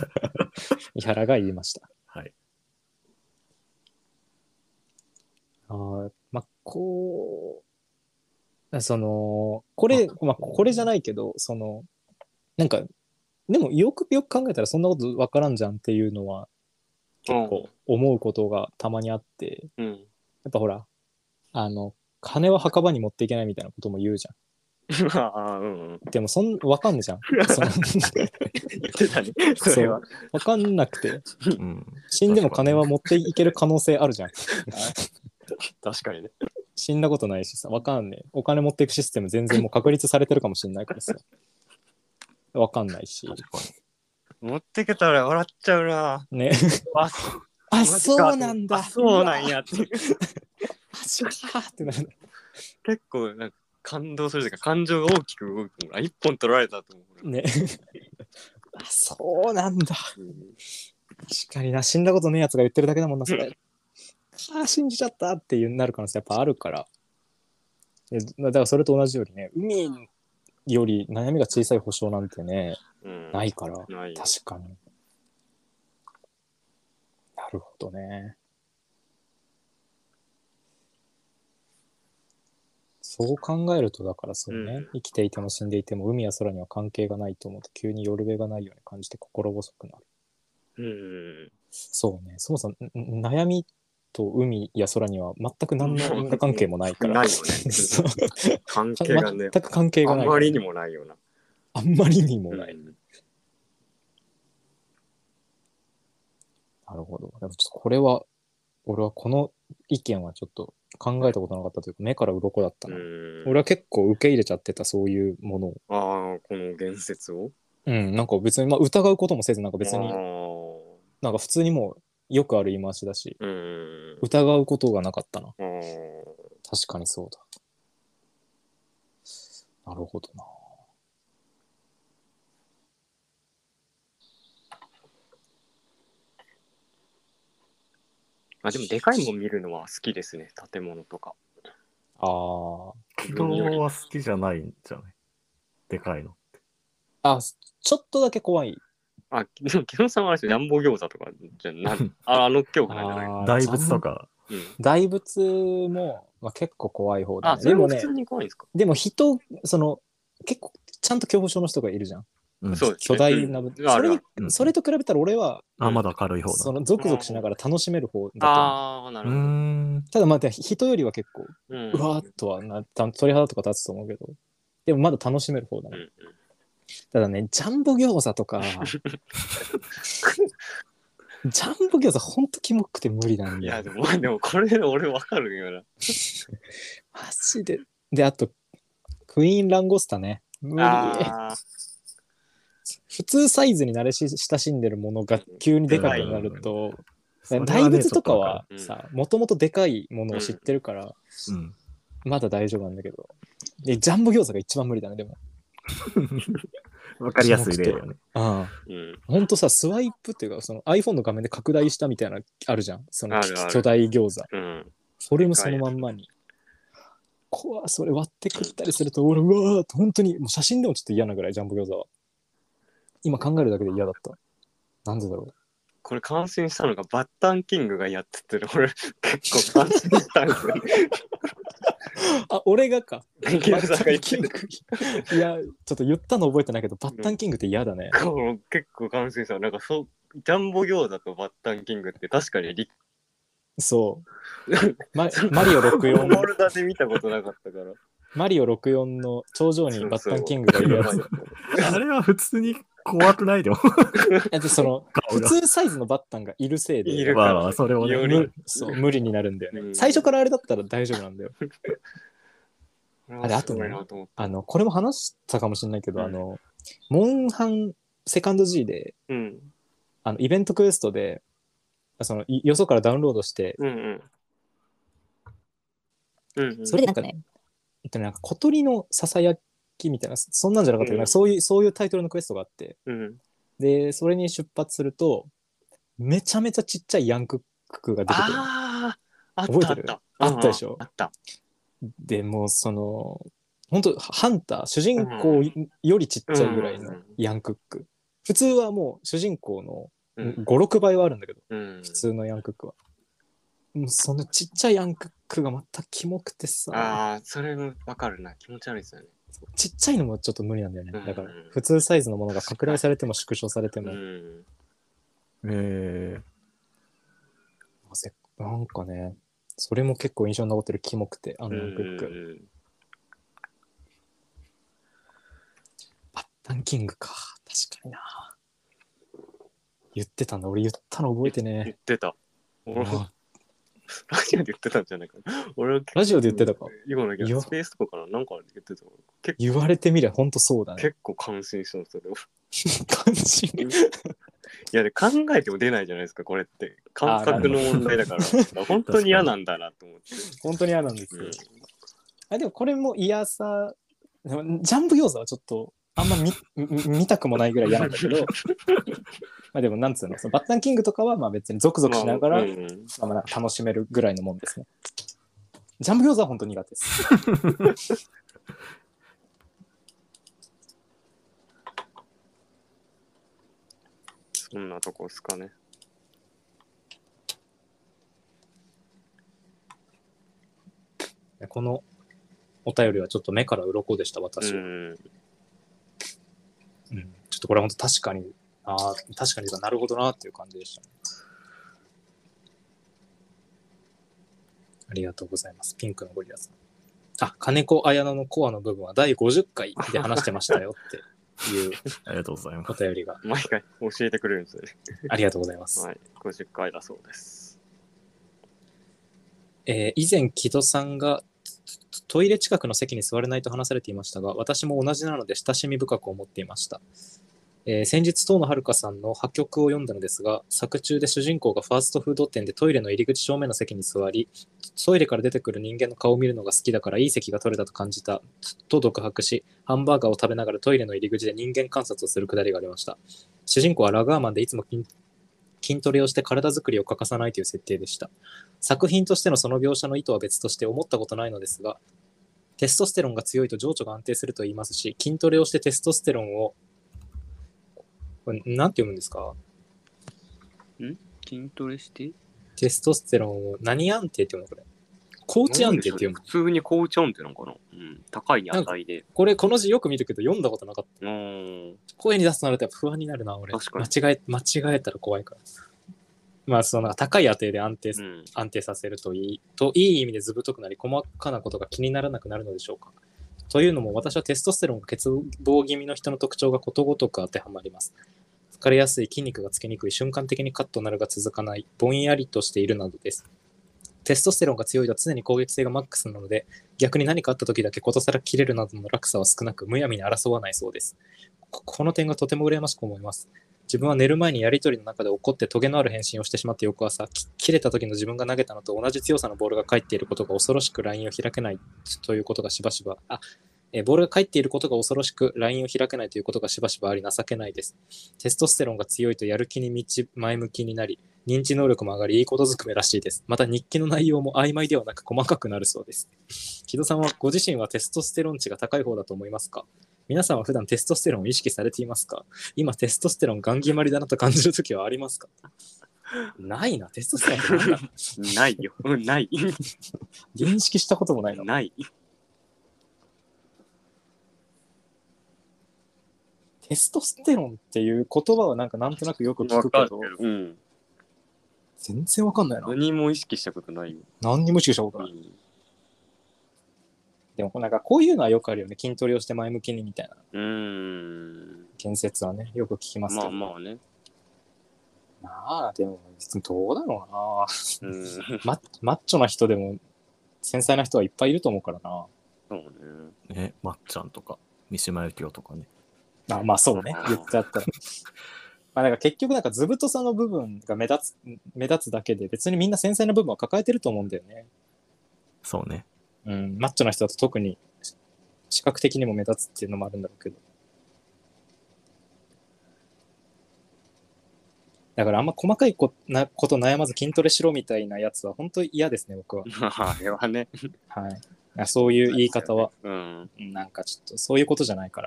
伊原が言いました。 はい。 まあ、これじゃないけど、なんか、でもよく考えたらそんなこと分からんじゃんっていうのは結構思うことがたまにあって、 うん。 やっぱほら、金は墓場に持っていけないみたいなことも言うじゃん。 ああ、うん。 でもわかんないじゃん。その言ってたね。それは。 わかんなくて、 うん。 死んでも金は持っていける可能性あるじゃん。 確かにね。 死んだことないしさ、わかんねえ。お金持っていくシステム全然もう確立されてるかもしれないからさ。わかんないし。 持ってけたら笑っちゃうな。 ね。 あ、 あ、そうなんだ。 そうなんやって。 マジかってなる。 結構なんか感動するというか感情が大きく動く。あ、一本取られたと思う。 ね。あ、そうなんだ。確かにな、死んだことねえやつが言ってるだけだもんな、それ。信じちゃったっていうなる可能性やっぱあるから。だからそれと同じようにね、海より悩みが小さい保証なんてね、ないから。 ない。 確かに。なるほどね。そう考えると、だからそうね、生きていても死んでいても海や空には関係がないと思うと急によるべがないように感じて心細くなる。そうね、そもそも悩みと海や空には全く何の因果関係もないから。 ないよね。関係がね。 全く関係がない。 あんまりにもないような。 あんまりにもない。なるほど。でもちょっとこれは、俺はこの意見はちょっと考えたことなかったというか、目から鱗だったな。俺は結構受け入れちゃってた、そういうものを。 ああ、この言説をなんか別に、まあ疑うこともせず、なんか別に、なんか普通にもうよくある言い回しだし、疑うことがなかったな。確かにそうだ。なるほどな。 あ、でもでかいもん見るのは好きですね、建物とか。 軌道は好きじゃないんじゃない？でかいのって。 ちょっとだけ怖い。 でも木野さんはあれですよ、ジャンボ餃子とかじゃ恐怖なんじゃない？ 大仏とか。 大仏も、まあ、結構怖い方だね。 でもね、普通に怖いんですか？ でも結構ちゃんと恐怖症の人がいるじゃん。巨大な、それと比べたら俺は、 まだ軽い方だ。 そのゾクゾクしながら楽しめる方だと思う。 なるほど。 ただまあ人よりは結構、うわーっとは鳥肌とか立つと思うけど、でもまだ楽しめる方だね。ただね、ジャンボ餃子とか、ジャンボ餃子ほんとキモくて無理なんだよ。 いやでもこれで俺わかるよな。 マジで。で、あと、クイーンランゴスタね。無理。普通サイズに慣れ親しんでるものが急にでかくなると、大仏とかはさ、もともとでかいものを知ってるから、まだ大丈夫なんだけど。ジャンボ餃子が一番無理だね、でも。 わかりやすい例だよね。 ほんとさ、スワイプっていうか、その iPhone の画面で拡大したみたいなあるじゃん。その巨大餃子。それもそのまんまに。それ割って食ったりすると、俺、うわーって本当に、もう写真でもちょっと嫌なぐらい、ジャンボ餃子は。今考えるだけで嫌だった。なんでだろう。 これ感心したのがバッタンキングがやってて、俺結構感心したんですよね。 俺がか。 バッタンキング。 いや、ちょっと言ったの覚えてないけど、バッタンキングって嫌だね。 結構感心した。なんかジャンボ餃子とバッタンキングって確かにそう。マリオ64。 フォルダで見たことなかったから。 マリオ64の頂上にバッタンキングがいるやつ。 あれは普通に怖くないでも。 普通サイズのバッタンがいるせいで。 いるから、 それをね。 無理になるんだよね。最初からあれだったら大丈夫なんだよ。あとね、これも話したかもしれないけど、モンハンセカンド G で、イベントクエストで、よそからダウンロードして、 それでなんかね、 なんか小鳥のささやきみたいな、そんなんじゃなかったけど、そういうタイトルのクエストがあって、で、それに出発すると、めちゃめちゃちっちゃいヤンクックが出てくる。覚えてる？あったでしょ？ あった。 でもう本当ハンター、主人公よりちっちゃいぐらいのヤンクック。普通はもう主人公の5、6倍はあるんだけど、普通のヤンクックは。もうそのちっちゃいヤンクックがまたキモくてさ。 それもわかるな。気持ち悪いですよね。 ちっちゃいのもちょっと無理なんだよね。だから普通サイズのものが拡大されても縮小されても。 なんかね、それも結構印象に残ってるキモくて、あのワンクック。バッタンキングか、確かにな。言ってたんだ、俺言ったの覚えてね。 言ってた。俺もラジオで言ってたんじゃないかな。俺はラジオで言ってたか。 今のスペースとかかな、なんか言ってた。 言われてみりゃほんとそうだね。 結構感心したの、それを。 感心いやで考えても出ないじゃないですか、これって感覚の問題だから本当に嫌なんだなと思って。 本当に嫌なんですよ、でもこれも嫌さ、ジャンプ餃子はちょっとあんま見たくもないぐらい嫌なんだけどまあでもなんつうの、そのバッタンキングとかはまあ別にゾクゾクしながら、まあ楽しめるぐらいのもんですね。ジャンプ餃子は本当に苦手ですそんなとこですかね。 このお便りはちょっと目から鱗でした、私は。ちょっとこれは本当確かに、確かになるほどなっていう感じでした、ね。ありがとうございます。ピンクのゴリラさん。金子綾乃のコアの部分は第50回で話してましたよっていうありがとうございます。 お便りが。 毎回教えてくれるんですよね。 ありがとうございます。 はい、50回だそうです。 以前、木戸さんがトイレ近くの席に座れないと話されていましたが、私も同じなので親しみ深く思っていました。先日、遠野遥さんの破局を読んだのですが、作中で主人公がファーストフード店でトイレの入り口正面の席に座り、トイレから出てくる人間の顔を見るのが好きだからいい席が取れたと感じたと独白し、ハンバーガーを食べながらトイレの入り口で人間観察をするくだりがありました。主人公はラガーマンでいつも筋トレをして体作りを欠かさないという設定でした。作品としてのその描写の意図は別として思ったことないのですが、テストステロンが強いと情緒が安定すると言いますし、筋トレをしてテストステロンをこれなんて読むんですか？ 筋トレしてテストステロンを何安定って読むのこれ？高知安定って読む。 普通に高知安定なのかな。高い値で。 この字よく見るけど読んだことなかった。声に出すとなるとやっぱ不安になるな、俺。 確かに間違えたら怖いから。まあその高い値で安定させるといい意味で図太くなり細かなことが気にならなくなるのでしょうか。というのも私はテストステロンが欠乏気味の人の特徴がことごとく当てはまります。疲れやすい、筋肉がつきにくい、瞬間的にカッとなるが続かない、ぼんやりとしているなどです。テストステロンが強いと常に攻撃性がマックスなので、逆に何かあった時だけことさら切れるなどの落差は少なく、むやみに争わないそうです。この点がとても羨ましく思います。自分は寝る前にやりとりの中で怒ってトゲのある返信をしてしまって翌朝、切れた時の自分が投げたのと同じ強さのボールが返っていることが恐ろしく LINE を開けないということがしばしば、ボールが返っていることが恐ろしく LINE を開けないということがしばしばあり情けないです。テストステロンが強いとやる気に前向きになり、認知能力も上がり、いいことずくめらしいです。また日記の内容も曖昧ではなく細かくなるそうです。木戸さんはご自身はテストステロン値が高い方だと思いますか？皆さんは普段テストステロンを意識されていますか？今テストステロンガン決まりだなと感じるときはありますか？ないな、テストステロンって何だないよ、ない。 認識したこともないな。 ない。 テストステロンっていう言葉はなんとなくよく聞くけど、全然わかんないな。 何も意識したことないよ。 何にも意識したことない。でもこういうのはよくあるよね。筋トレをして前向きにみたいな。建設はね、よく聞きますけど。 まあね。 でもどうだろうな。マッチョな人でも繊細な人はいっぱいいると思うからな。 そうね。まっちゃんとか三島由紀夫とかね。 まあそうね、言ってあったら。結局図太さの部分が目立つだけで別にみんな繊細な部分は抱えてると思うんだよね。 そうね。 マッチョな人だと特に視覚的にも目立つっていうのもあるんだろうけど。だからあんま細かいこと悩まず筋トレしろみたいなやつは本当に嫌ですね、僕は。 あれはね。 はい。そういう言い方は、ちょっとそういうことじゃないから。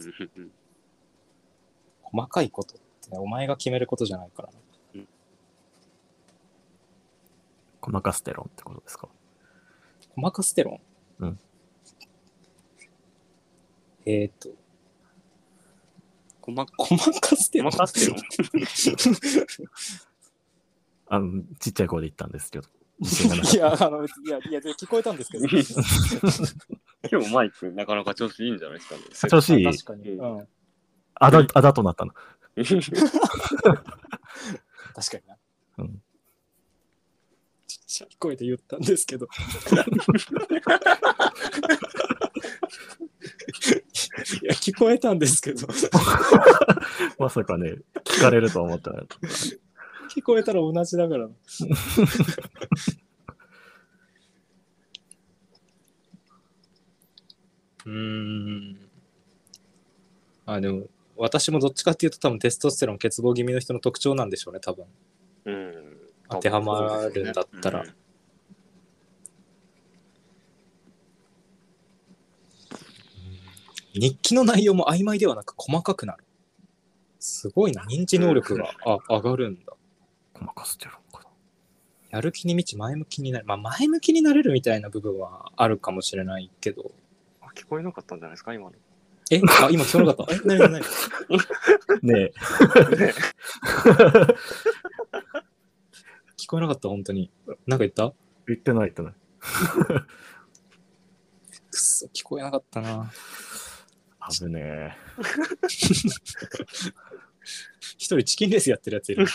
細かいことってお前が決めることじゃないからな。 細かステロンってことですか？ 細かステロン？細かステロンちっちゃい声で言ったんですけど。 いや、聞こえたんですけど。 今日マイクなかなか調子いいんじゃないですかね。 調子いい。 確かに。 あだとなったの。 確かにな。ちっちゃい声で言ったんですけど。いや、聞こえたんですけど。 まさかね、聞かれると思ったら。 聞こえたら同じだからな。でも、私もどっちかっていうと多分テストステロン欠乏気味の人の特徴なんでしょうね、多分。当てはまるんだったら。日記の内容も曖昧ではなく細かくなる。すごいな、認知能力が上がるんだ。 細かステロンかな。 やる気に満ち前向きになる。まあ前向きになれるみたいな部分はあるかもしれないけど。 聞こえなかったんじゃないですか、今の。 今聞こえなかった。何ねえ。 聞こえなかった、本当に。なんか言った？ 言ってない。 くっそ、聞こえなかったな。 危ねえ。 一人チキンレースやってるやついる。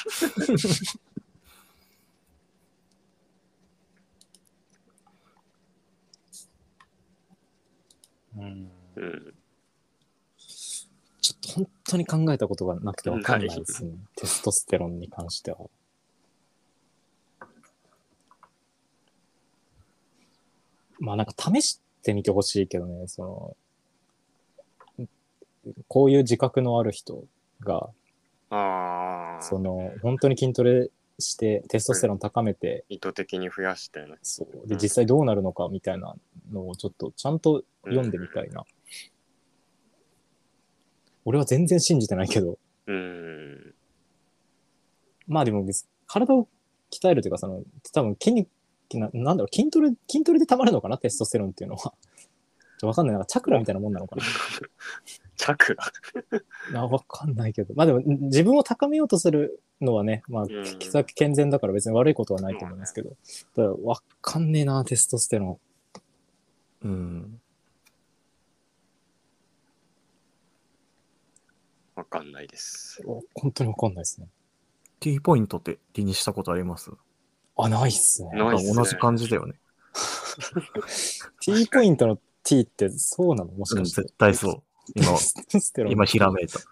ちょっと本当に考えたことがなくて分かんないですね。テストステロンに関しては。まあなんか試してみてほしいけどね、こういう自覚のある人が、本当に筋トレしてテストステロン高めて、 意図的に増やしてね。 そうで、実際どうなるのかみたいなのをちょっとちゃんと読んでみたいな。俺は全然信じてないけど。まあでも体を鍛えるというか、多分筋トレで溜まるのかな、テストステロンっていうのは。わかんない。なんかチャクラみたいなもんなのかな。 チャクラわかんないけど。まあでも、自分を高めようとするのはね、まあ、健全だから別に悪いことはないと思いますけど。ただわかんねえな、テストステロン。 わかんないです。 本当にわかんないですね。 T ポイントって気にしたことあります？ ないっすね。 同じ感じだよね。 T ポイントの T ってそうなの？もしかして。 絶対そう。今ひらめいた。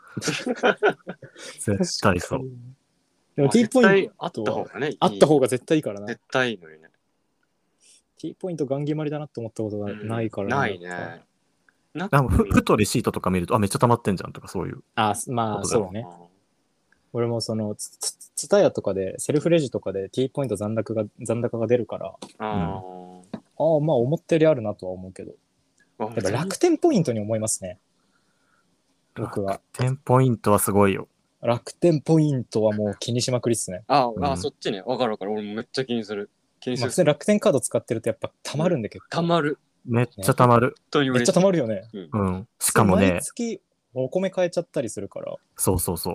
絶対そう。 でも T ポイントあった方がね。 あった方が絶対いいからな。 絶対いいのにね。 T ポイントガン決まりだなって思ったことがないからないね。 ふとレシートとか見ると、めっちゃ溜まってんじゃんとかそういう。 まあそうね。俺もツタヤとかで、セルフレジとかで T ポイント残高が出るから、まあ思ったよりあるなとは思うけど。やっぱ楽天ポイントに思いますね。僕は。 楽天ポイントはすごいよ。 楽天ポイントはもう気にしまくりっすね。 そっちね。わかる。俺もめっちゃ気にする。 普通に楽天カード使ってるとやっぱ溜まるんで結構。 溜まる。 めっちゃ溜まる。 めっちゃ溜まるよね。 しかもね。 毎月お米買えちゃったりするから。 そう。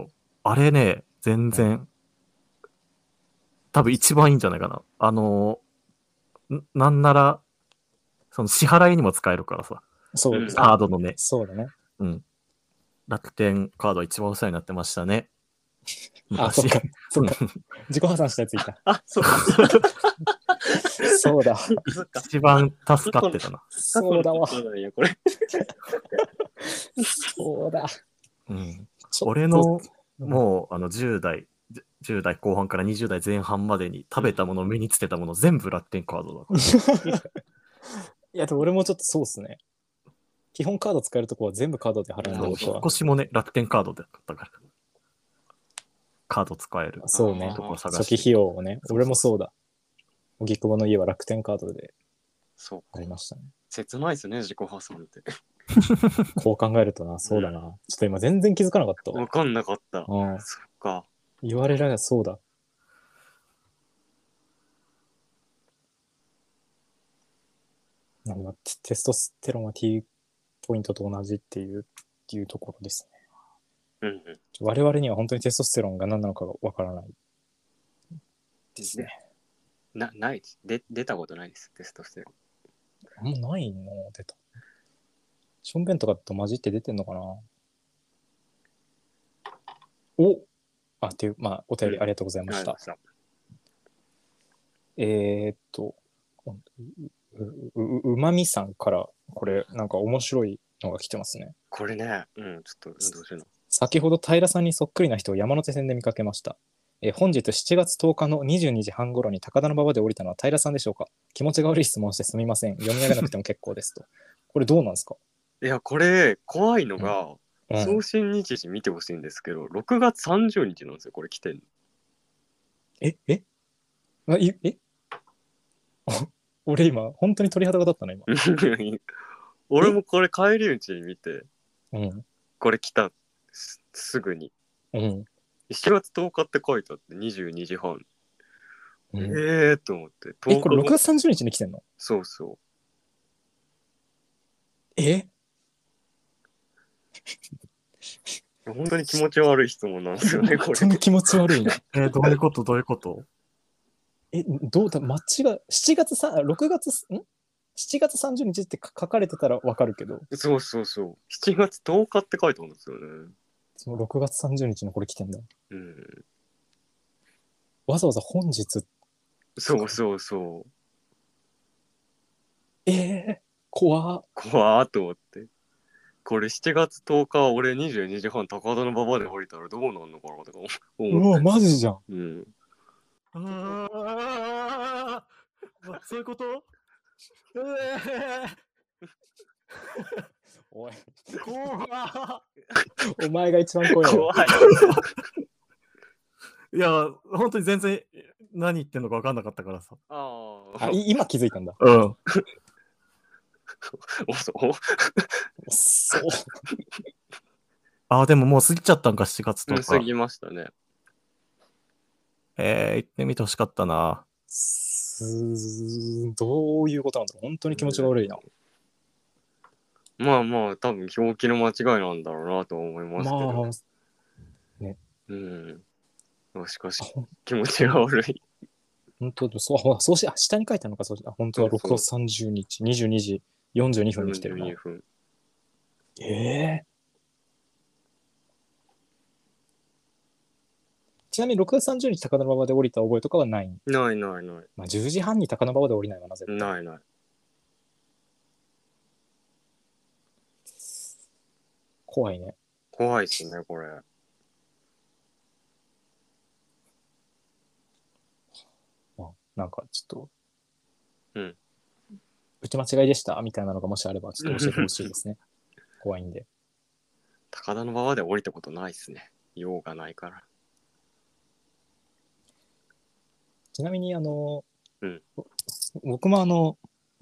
あれね、全然、多分一番いいんじゃないかな。なんなら、支払いにも使えるからさ。カードのね。 そうだね。 楽天カード一番お世話になってましたね。 そうか。自己破産したやついた。 そうか。 そうだ。 一番助かってたな。 そうだわ。 これ。 そうだ。 俺の、もう、10代後半から20代前半までに食べたもの、目につけたもの、全部楽天カードだから。 いや、でも俺もちょっとそうっすね。基本カード使えるとこは全部カードで払うんだ。 引っ越しもね、楽天カードだったから。カード使える。 そうね。初期費用をね。俺もそうだ。荻窪の家は楽天カードでありましたね。 切ないですね、自己破産って。 こう考えるとな、そうだな。ちょっと今全然気づかなかった。 わかんなかった。そっか。 言われられそうだ。テストステロンは T ポイントと同じっていうところですね。我々には本当にテストステロンが何なのかがわからない。 ですね。 ないです。出たことないです、テストステロン。あんまないの出た。ションベンとかと混じって出てんのかな。っていう、お便りありがとうございました。うまみさんから、これ、なんか面白いのが来てますね。 これね、ちょっと、どうしようの。 先ほど平さんにそっくりな人を山手線で見かけました。本日7月10日の22時半頃に高田馬場で降りたのは平さんでしょうか。気持ちが悪い質問してすみません。読み上げなくても結構ですと。これどうなんですか。 いや、これ、怖いのが、送信日時見てほしいんですけど、6月30日なんですよ、これ来てんの。 俺今、本当に鳥肌が立ったの、今。 俺もこれ帰り道に見て、これ来た、すぐに。7月10日って書いてあって、22時半。と思って。 これ6月30日に来てんの。 そうそう。本当に気持ち悪い質問なんですよね、これ。 本当に気持ち悪いな。 どういうことどういうことどうだ、街が、7月30日って書かれてたらわかるけど。 そうそうそう。7月10日って書いてあるんですよね。 その6月30日のこれ来てんだ。 うん。 わざわざ本日。 そうそうそう。 怖っと思って。これ7月10日は俺22時半高田の馬場で降りたらどうなんのかなとか思って。 うわ、マジじゃん。 そういうことおい。お前が一番怖い。 怖い。 いや、本当に全然何言ってんのか分かんなかったからさ。 今気づいたんだ。 そう。 でももう過ぎちゃったんか、7月とか。 過ぎましたね。 行ってみてほしかったな。 どういうことなんだろう。本当に気持ちが悪いな。 まあまあ、多分表記の間違いなんだろうなと思いますけど。 ね。 しかし、気持ちが悪い。 本当だ、そうし、下に書いてあるのか、本当は6月30日、22時42分に来てるな。42分。ちなみに6月30日高田馬場で降りた覚えとかはない？ ない。 10時半に高田馬場で降りないわな、絶対。 ない。 怖いね。 怖いっすね、これ。 なんかちょっと、打ち間違いでしたみたいなのがもしあればちょっと教えてほしいですね。怖いんで。 高田馬場で降りたことないっすね。用がないから。 ちなみに僕も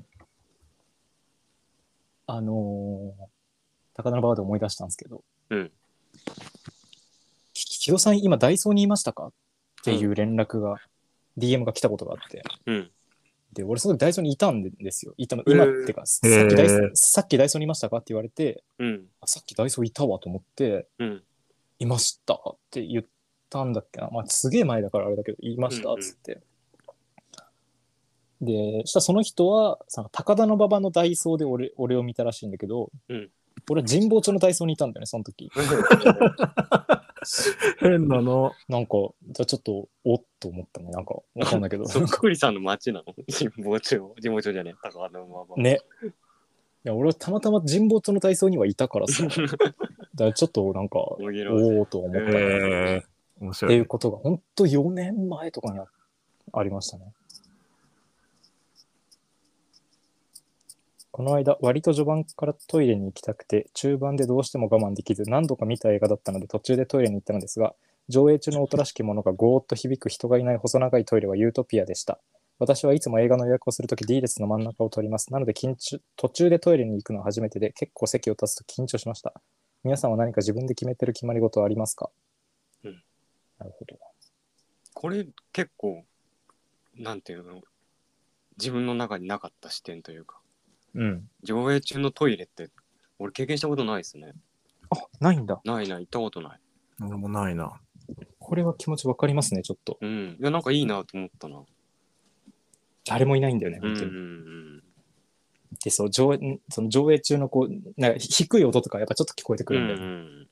高田馬場で思い出したんですけど、木戸さん今ダイソーにいましたかっていう連絡が、DM が来たことがあって、で俺その時ダイソーにいたんですよ。今ってか、さっきダイソーにいましたかって言われて、さっきダイソーいたわと思って、いましたって言ったんだっけな。すげえ前だからあれだけど、いましたっつって。で、したらその人は高田馬場のダイソーで俺を見たらしいんだけど、俺は神保町のダイソーにいたんだよね、その時。 変なの。 なんか、じゃあちょっと、おっと思ったね。なんか、わかんないけど。 そっくりさんの町なの？神保町じゃねえ、高田馬場。 ね。いや、俺はたまたま神保町のダイソーにはいたからさ。だからちょっとなんか、おーと思ったね。 面白い。 っていうことが、ほんと4年前とかにありましたね。この間、割と序盤からトイレに行きたくて、中盤でどうしても我慢できず、何度か見た映画だったので途中でトイレに行ったのですが、上映中の音らしきものがゴーッと響く人がいない細長いトイレはユートピアでした。私はいつも映画の予約をするとき D 列の真ん中を取ります。なので途中でトイレに行くのは初めてで、結構席を立つと緊張しました。皆さんは何か自分で決めてる決まり事はありますか？なるほど。 これ結構、なんていうの、自分の中になかった視点というか。上映中のトイレって俺経験したことないですね。 ないんだ。 ない行ったことない。 俺もないな。 これは気持ちわかりますね、ちょっと。 うん。いや、なんかいいなと思ったな。 誰もいないんだよね、本当に。で、その上映中のこう、なんか低い音とかやっぱちょっと聞こえてくるんだよね。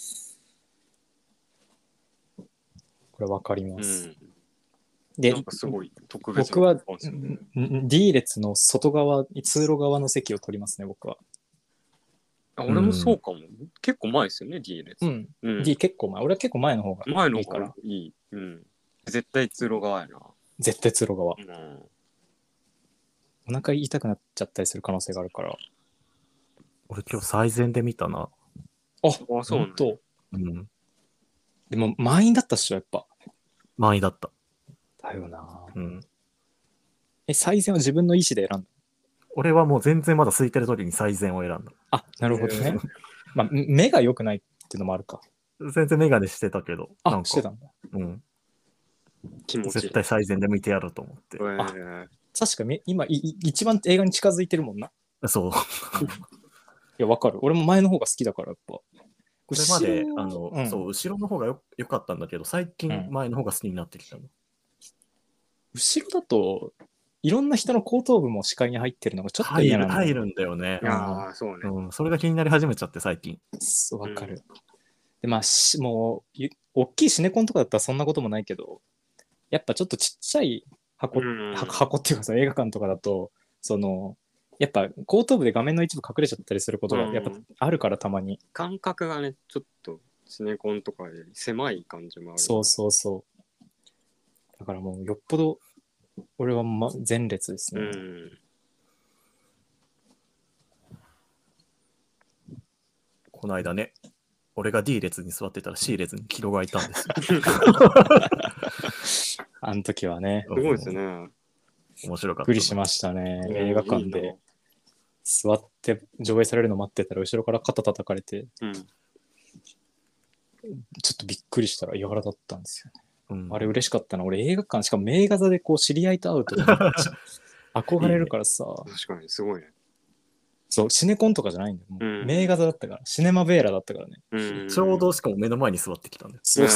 これわかります。で、 なんかすごい特別僕は D 列の外側、通路側の席を取りますね、僕は。 俺もそうかも。結構前ですよね、D 列。 D 結構前。俺は結構前の方がいいから。 いい。絶対通路側やな。 絶対通路側。お腹痛くなっちゃったりする可能性があるから。 俺今日最前で見たな。 あ、そうなんだ。でも満員だったっしょ、やっぱ。 満員だった。 だよな。最前は自分の意思で選んだ？ 俺はもう全然まだ空いてる時に最前を選んだ。 あ、なるほどね。まあ、目が良くないっていうのもあるか。 全然メガネしてたけど。 してたんだ。 気持ちいい。 絶対最前で見てやると思って。 確か今一番映画に近づいてるもんな。 そう。いや、わかる。俺も前の方が好きだから、やっぱ。これまで、そう、後ろの方がよかったんだけど、最近前の方が好きになってきたの。 後ろだと、いろんな人の後頭部も視界に入ってるのがちょっと嫌なんだよ。 入るんだよね。 そうね。 それが気になり始めちゃって、最近。 そう、わかる。で、まあ、もう、大きいシネコンとかだったらそんなこともないけど、やっぱちょっとちっちゃい箱っていうかさ、映画館とかだと、やっぱ後頭部で画面の一部隠れちゃったりすることがやっぱあるからたまに。 感覚がね、ちょっとシネコンとかより狭い感じもある。 そう。だからもうよっぽど俺は前列ですね。 この間ね、俺が D 列に座ってたら C 列にキロがいたんですよ。あの時はね。 すごいですね。 面白かった。 びっくりしましたね。映画館で座って上映されるの待ってたら後ろから肩叩かれて、ちょっとびっくりしたら岩原だったんですよね。あれ嬉しかったな。俺映画館、しかも名画座でこう知り合いと会うと憧れるからさ。 確かにすごいね。 そう、シネコンとかじゃないんだよ。名画座だったから。シネマベーラだったからね。 ちょうどしかも目の前に座ってきたんだよ。 そう。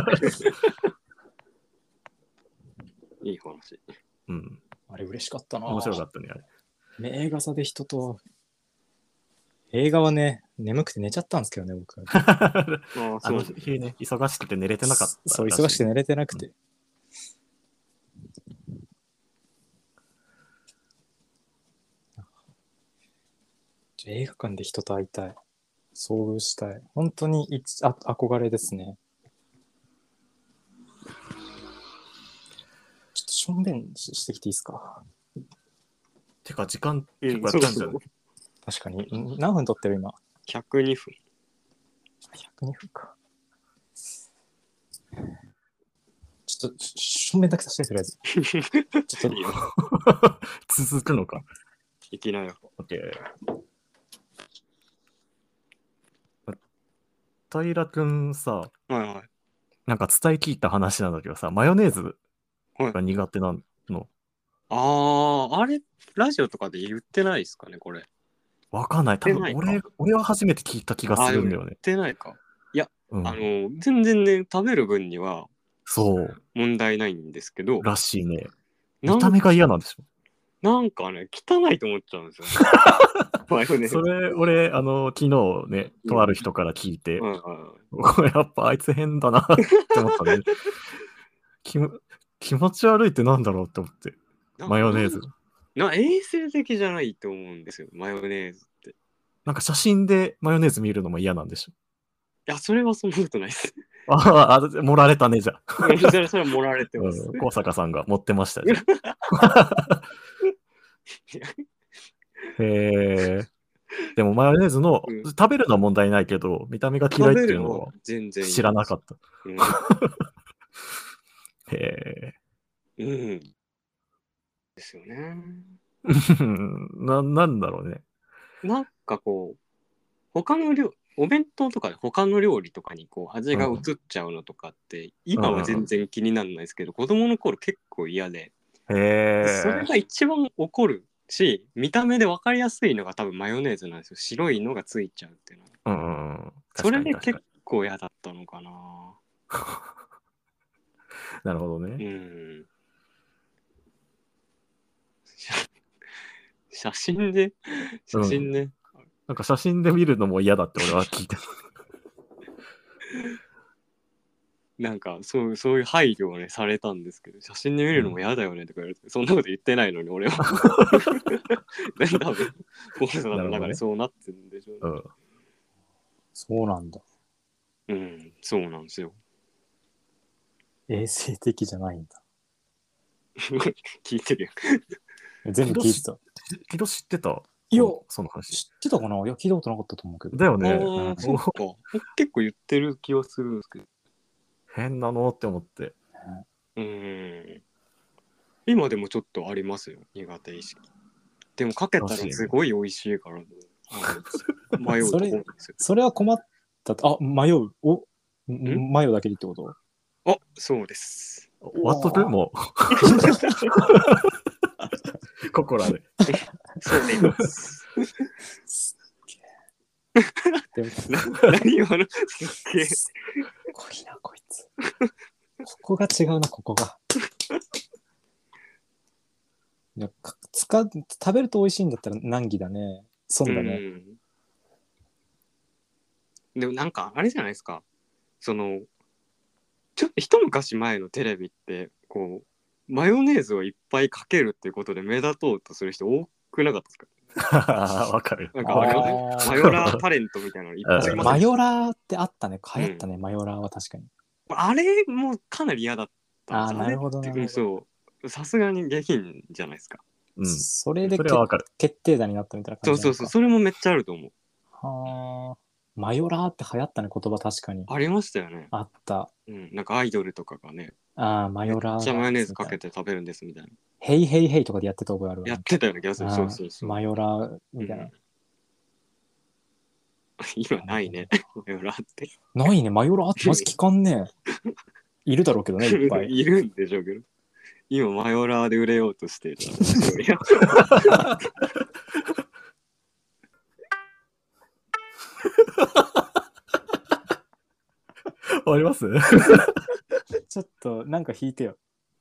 いい話。 あれ嬉しかったな。 面白かったね、あれ。 名画座で人と、映画はね、眠くて寝ちゃったんですけどね、僕。 あの日ね、忙しくて寝れてなかった。 そう、忙しくて寝れてなくて。映画館で人と会いたい。遭遇したい。本当に憧れですね。ちょっとしょんべんしてきていいですか？ てか、時間結構やったんじゃない？ 確かに。何分撮ってる今？ 102 分。 102分か。ちょっと、しょんべんだけさせて、とりあえず。ちょっと続くのか。 いきなよ。 OK。平くんさ、なんか伝え聞いた話なんだけどさ、マヨネーズが苦手なの。 あれ、ラジオとかで言ってないですかね、これ。 わかんない。多分俺は初めて聞いた気がするんだよね。 言ってないか。いや、全然ね、食べる分には、問題ないんですけど。 らしいね。見た目が嫌なんでしょ。 なんかね、汚いと思っちゃうんですよね。 それ、俺、昨日ね、とある人から聞いて、やっぱあいつ変だなって思ったね。気持ち悪いってなんだろうって思って。マヨネーズ。 衛生的じゃないと思うんですよ、マヨネーズって。 なんか写真でマヨネーズ見るのも嫌なんでしょ。 いや、それはそんなことないです。 盛られたね、じゃあ。 それは盛られてます。 高坂さんが持ってましたね。でもマヨネーズの、食べるのは問題ないけど、見た目が嫌いっていうのは知らなかった。 ですよね。 なんだろうね。 なんかこう、お弁当とかで他の料理とかにこう味が移っちゃうのとかって、今は全然気にならないですけど、子供の頃結構嫌で、それが一番怒るし、見た目で分かりやすいのが多分マヨネーズなんですよ。白いのがついちゃうっていうのは。それで結構嫌だったのかな。 なるほどうね。 ん。写真で、写真ね。 なんか写真で見るのも嫌だって俺は聞いてる。 なんかそういう配慮をねされたんですけど、写真で見るのも嫌だよねとか言われて、そんなこと言ってないのに俺は。で多分ゴールドの中でそうなってるんでしょうね。 そうなんだ。 うん、そうなんですよ。 衛生的じゃないんだ。 聞いてるよ。 全部聞いてた。 けど知ってた？ いや、 その話。 知ってたかな？いや、聞いたことなかったと思うけど。 だよね。 そうか。結構言ってる気はするんですけど。 変なのって思って。 今でもちょっとありますよ、苦手意識。でもかけたらすごい美味しいから、迷うと思うんですよ。 それは困った。迷う。迷うだけでってこと？ あ、そうです。 ワトルもココラで。 そうです。何今のすっげえ。 濃いなこいつ。ここが違うな、ここが。いや食べると美味しいんだったら難儀だね。損だね。 でもなんかあれじゃないですか。ちょっと一昔前のテレビってこうマヨネーズをいっぱいかけるっていうことで目立とうとする人多くなかったですか？ わかる。 なんかあれマヨラータレントみたいなのいっぱいいます。 マヨラーってあったね。流行ったね、マヨラーは確かに。 あれもかなり嫌だったんですよね。 なるほどね。 そう。さすがに下品じゃないですか。 それで決定打になったみたいな感じ。 そう。それもめっちゃあると思う。 はあ。マヨラーって流行ったね、言葉確かに。 ありましたよね。 あった。 なんかアイドルとかがね。 マヨラー。 めっちゃマヨネーズかけて食べるんですみたいな。 ヘイヘイヘイとかでやってた覚えあるわ。 やってたような気がする。そう。 マヨラーみたいな。 今ないね、マヨラーって。 ないね、マヨラーってマジ聞かんねえ。いるだろうけどね、いっぱい。 いるんでしょうけど。今マヨラーで売れようとしてる。 終わります？ ちょっとなんか弾いてよ。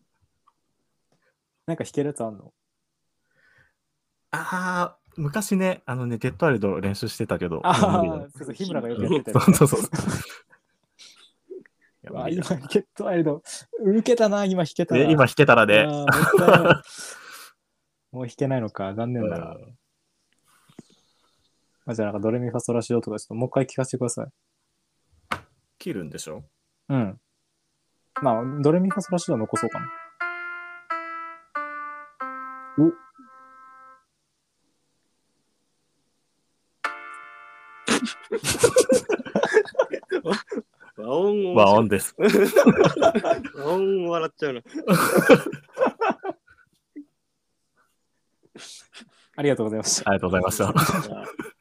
なんか弾けるやつあんの？ 昔ね、ゲットワイルド練習してたけど。 そう日村がよくやってた。 そう。 今、ゲットワイルド、受けたな、今弾けたら。 今弾けたらね。 もう弾けないのか、残念だな。じゃあ、なんかドレミファソラシドとか、ちょっともう一回聞かせてください。 切るんでしょ？ うん。まあ、ドレミファソラシドは残そうかな。 和音です。 和音笑っちゃうな。 ありがとうございました。 ありがとうございました。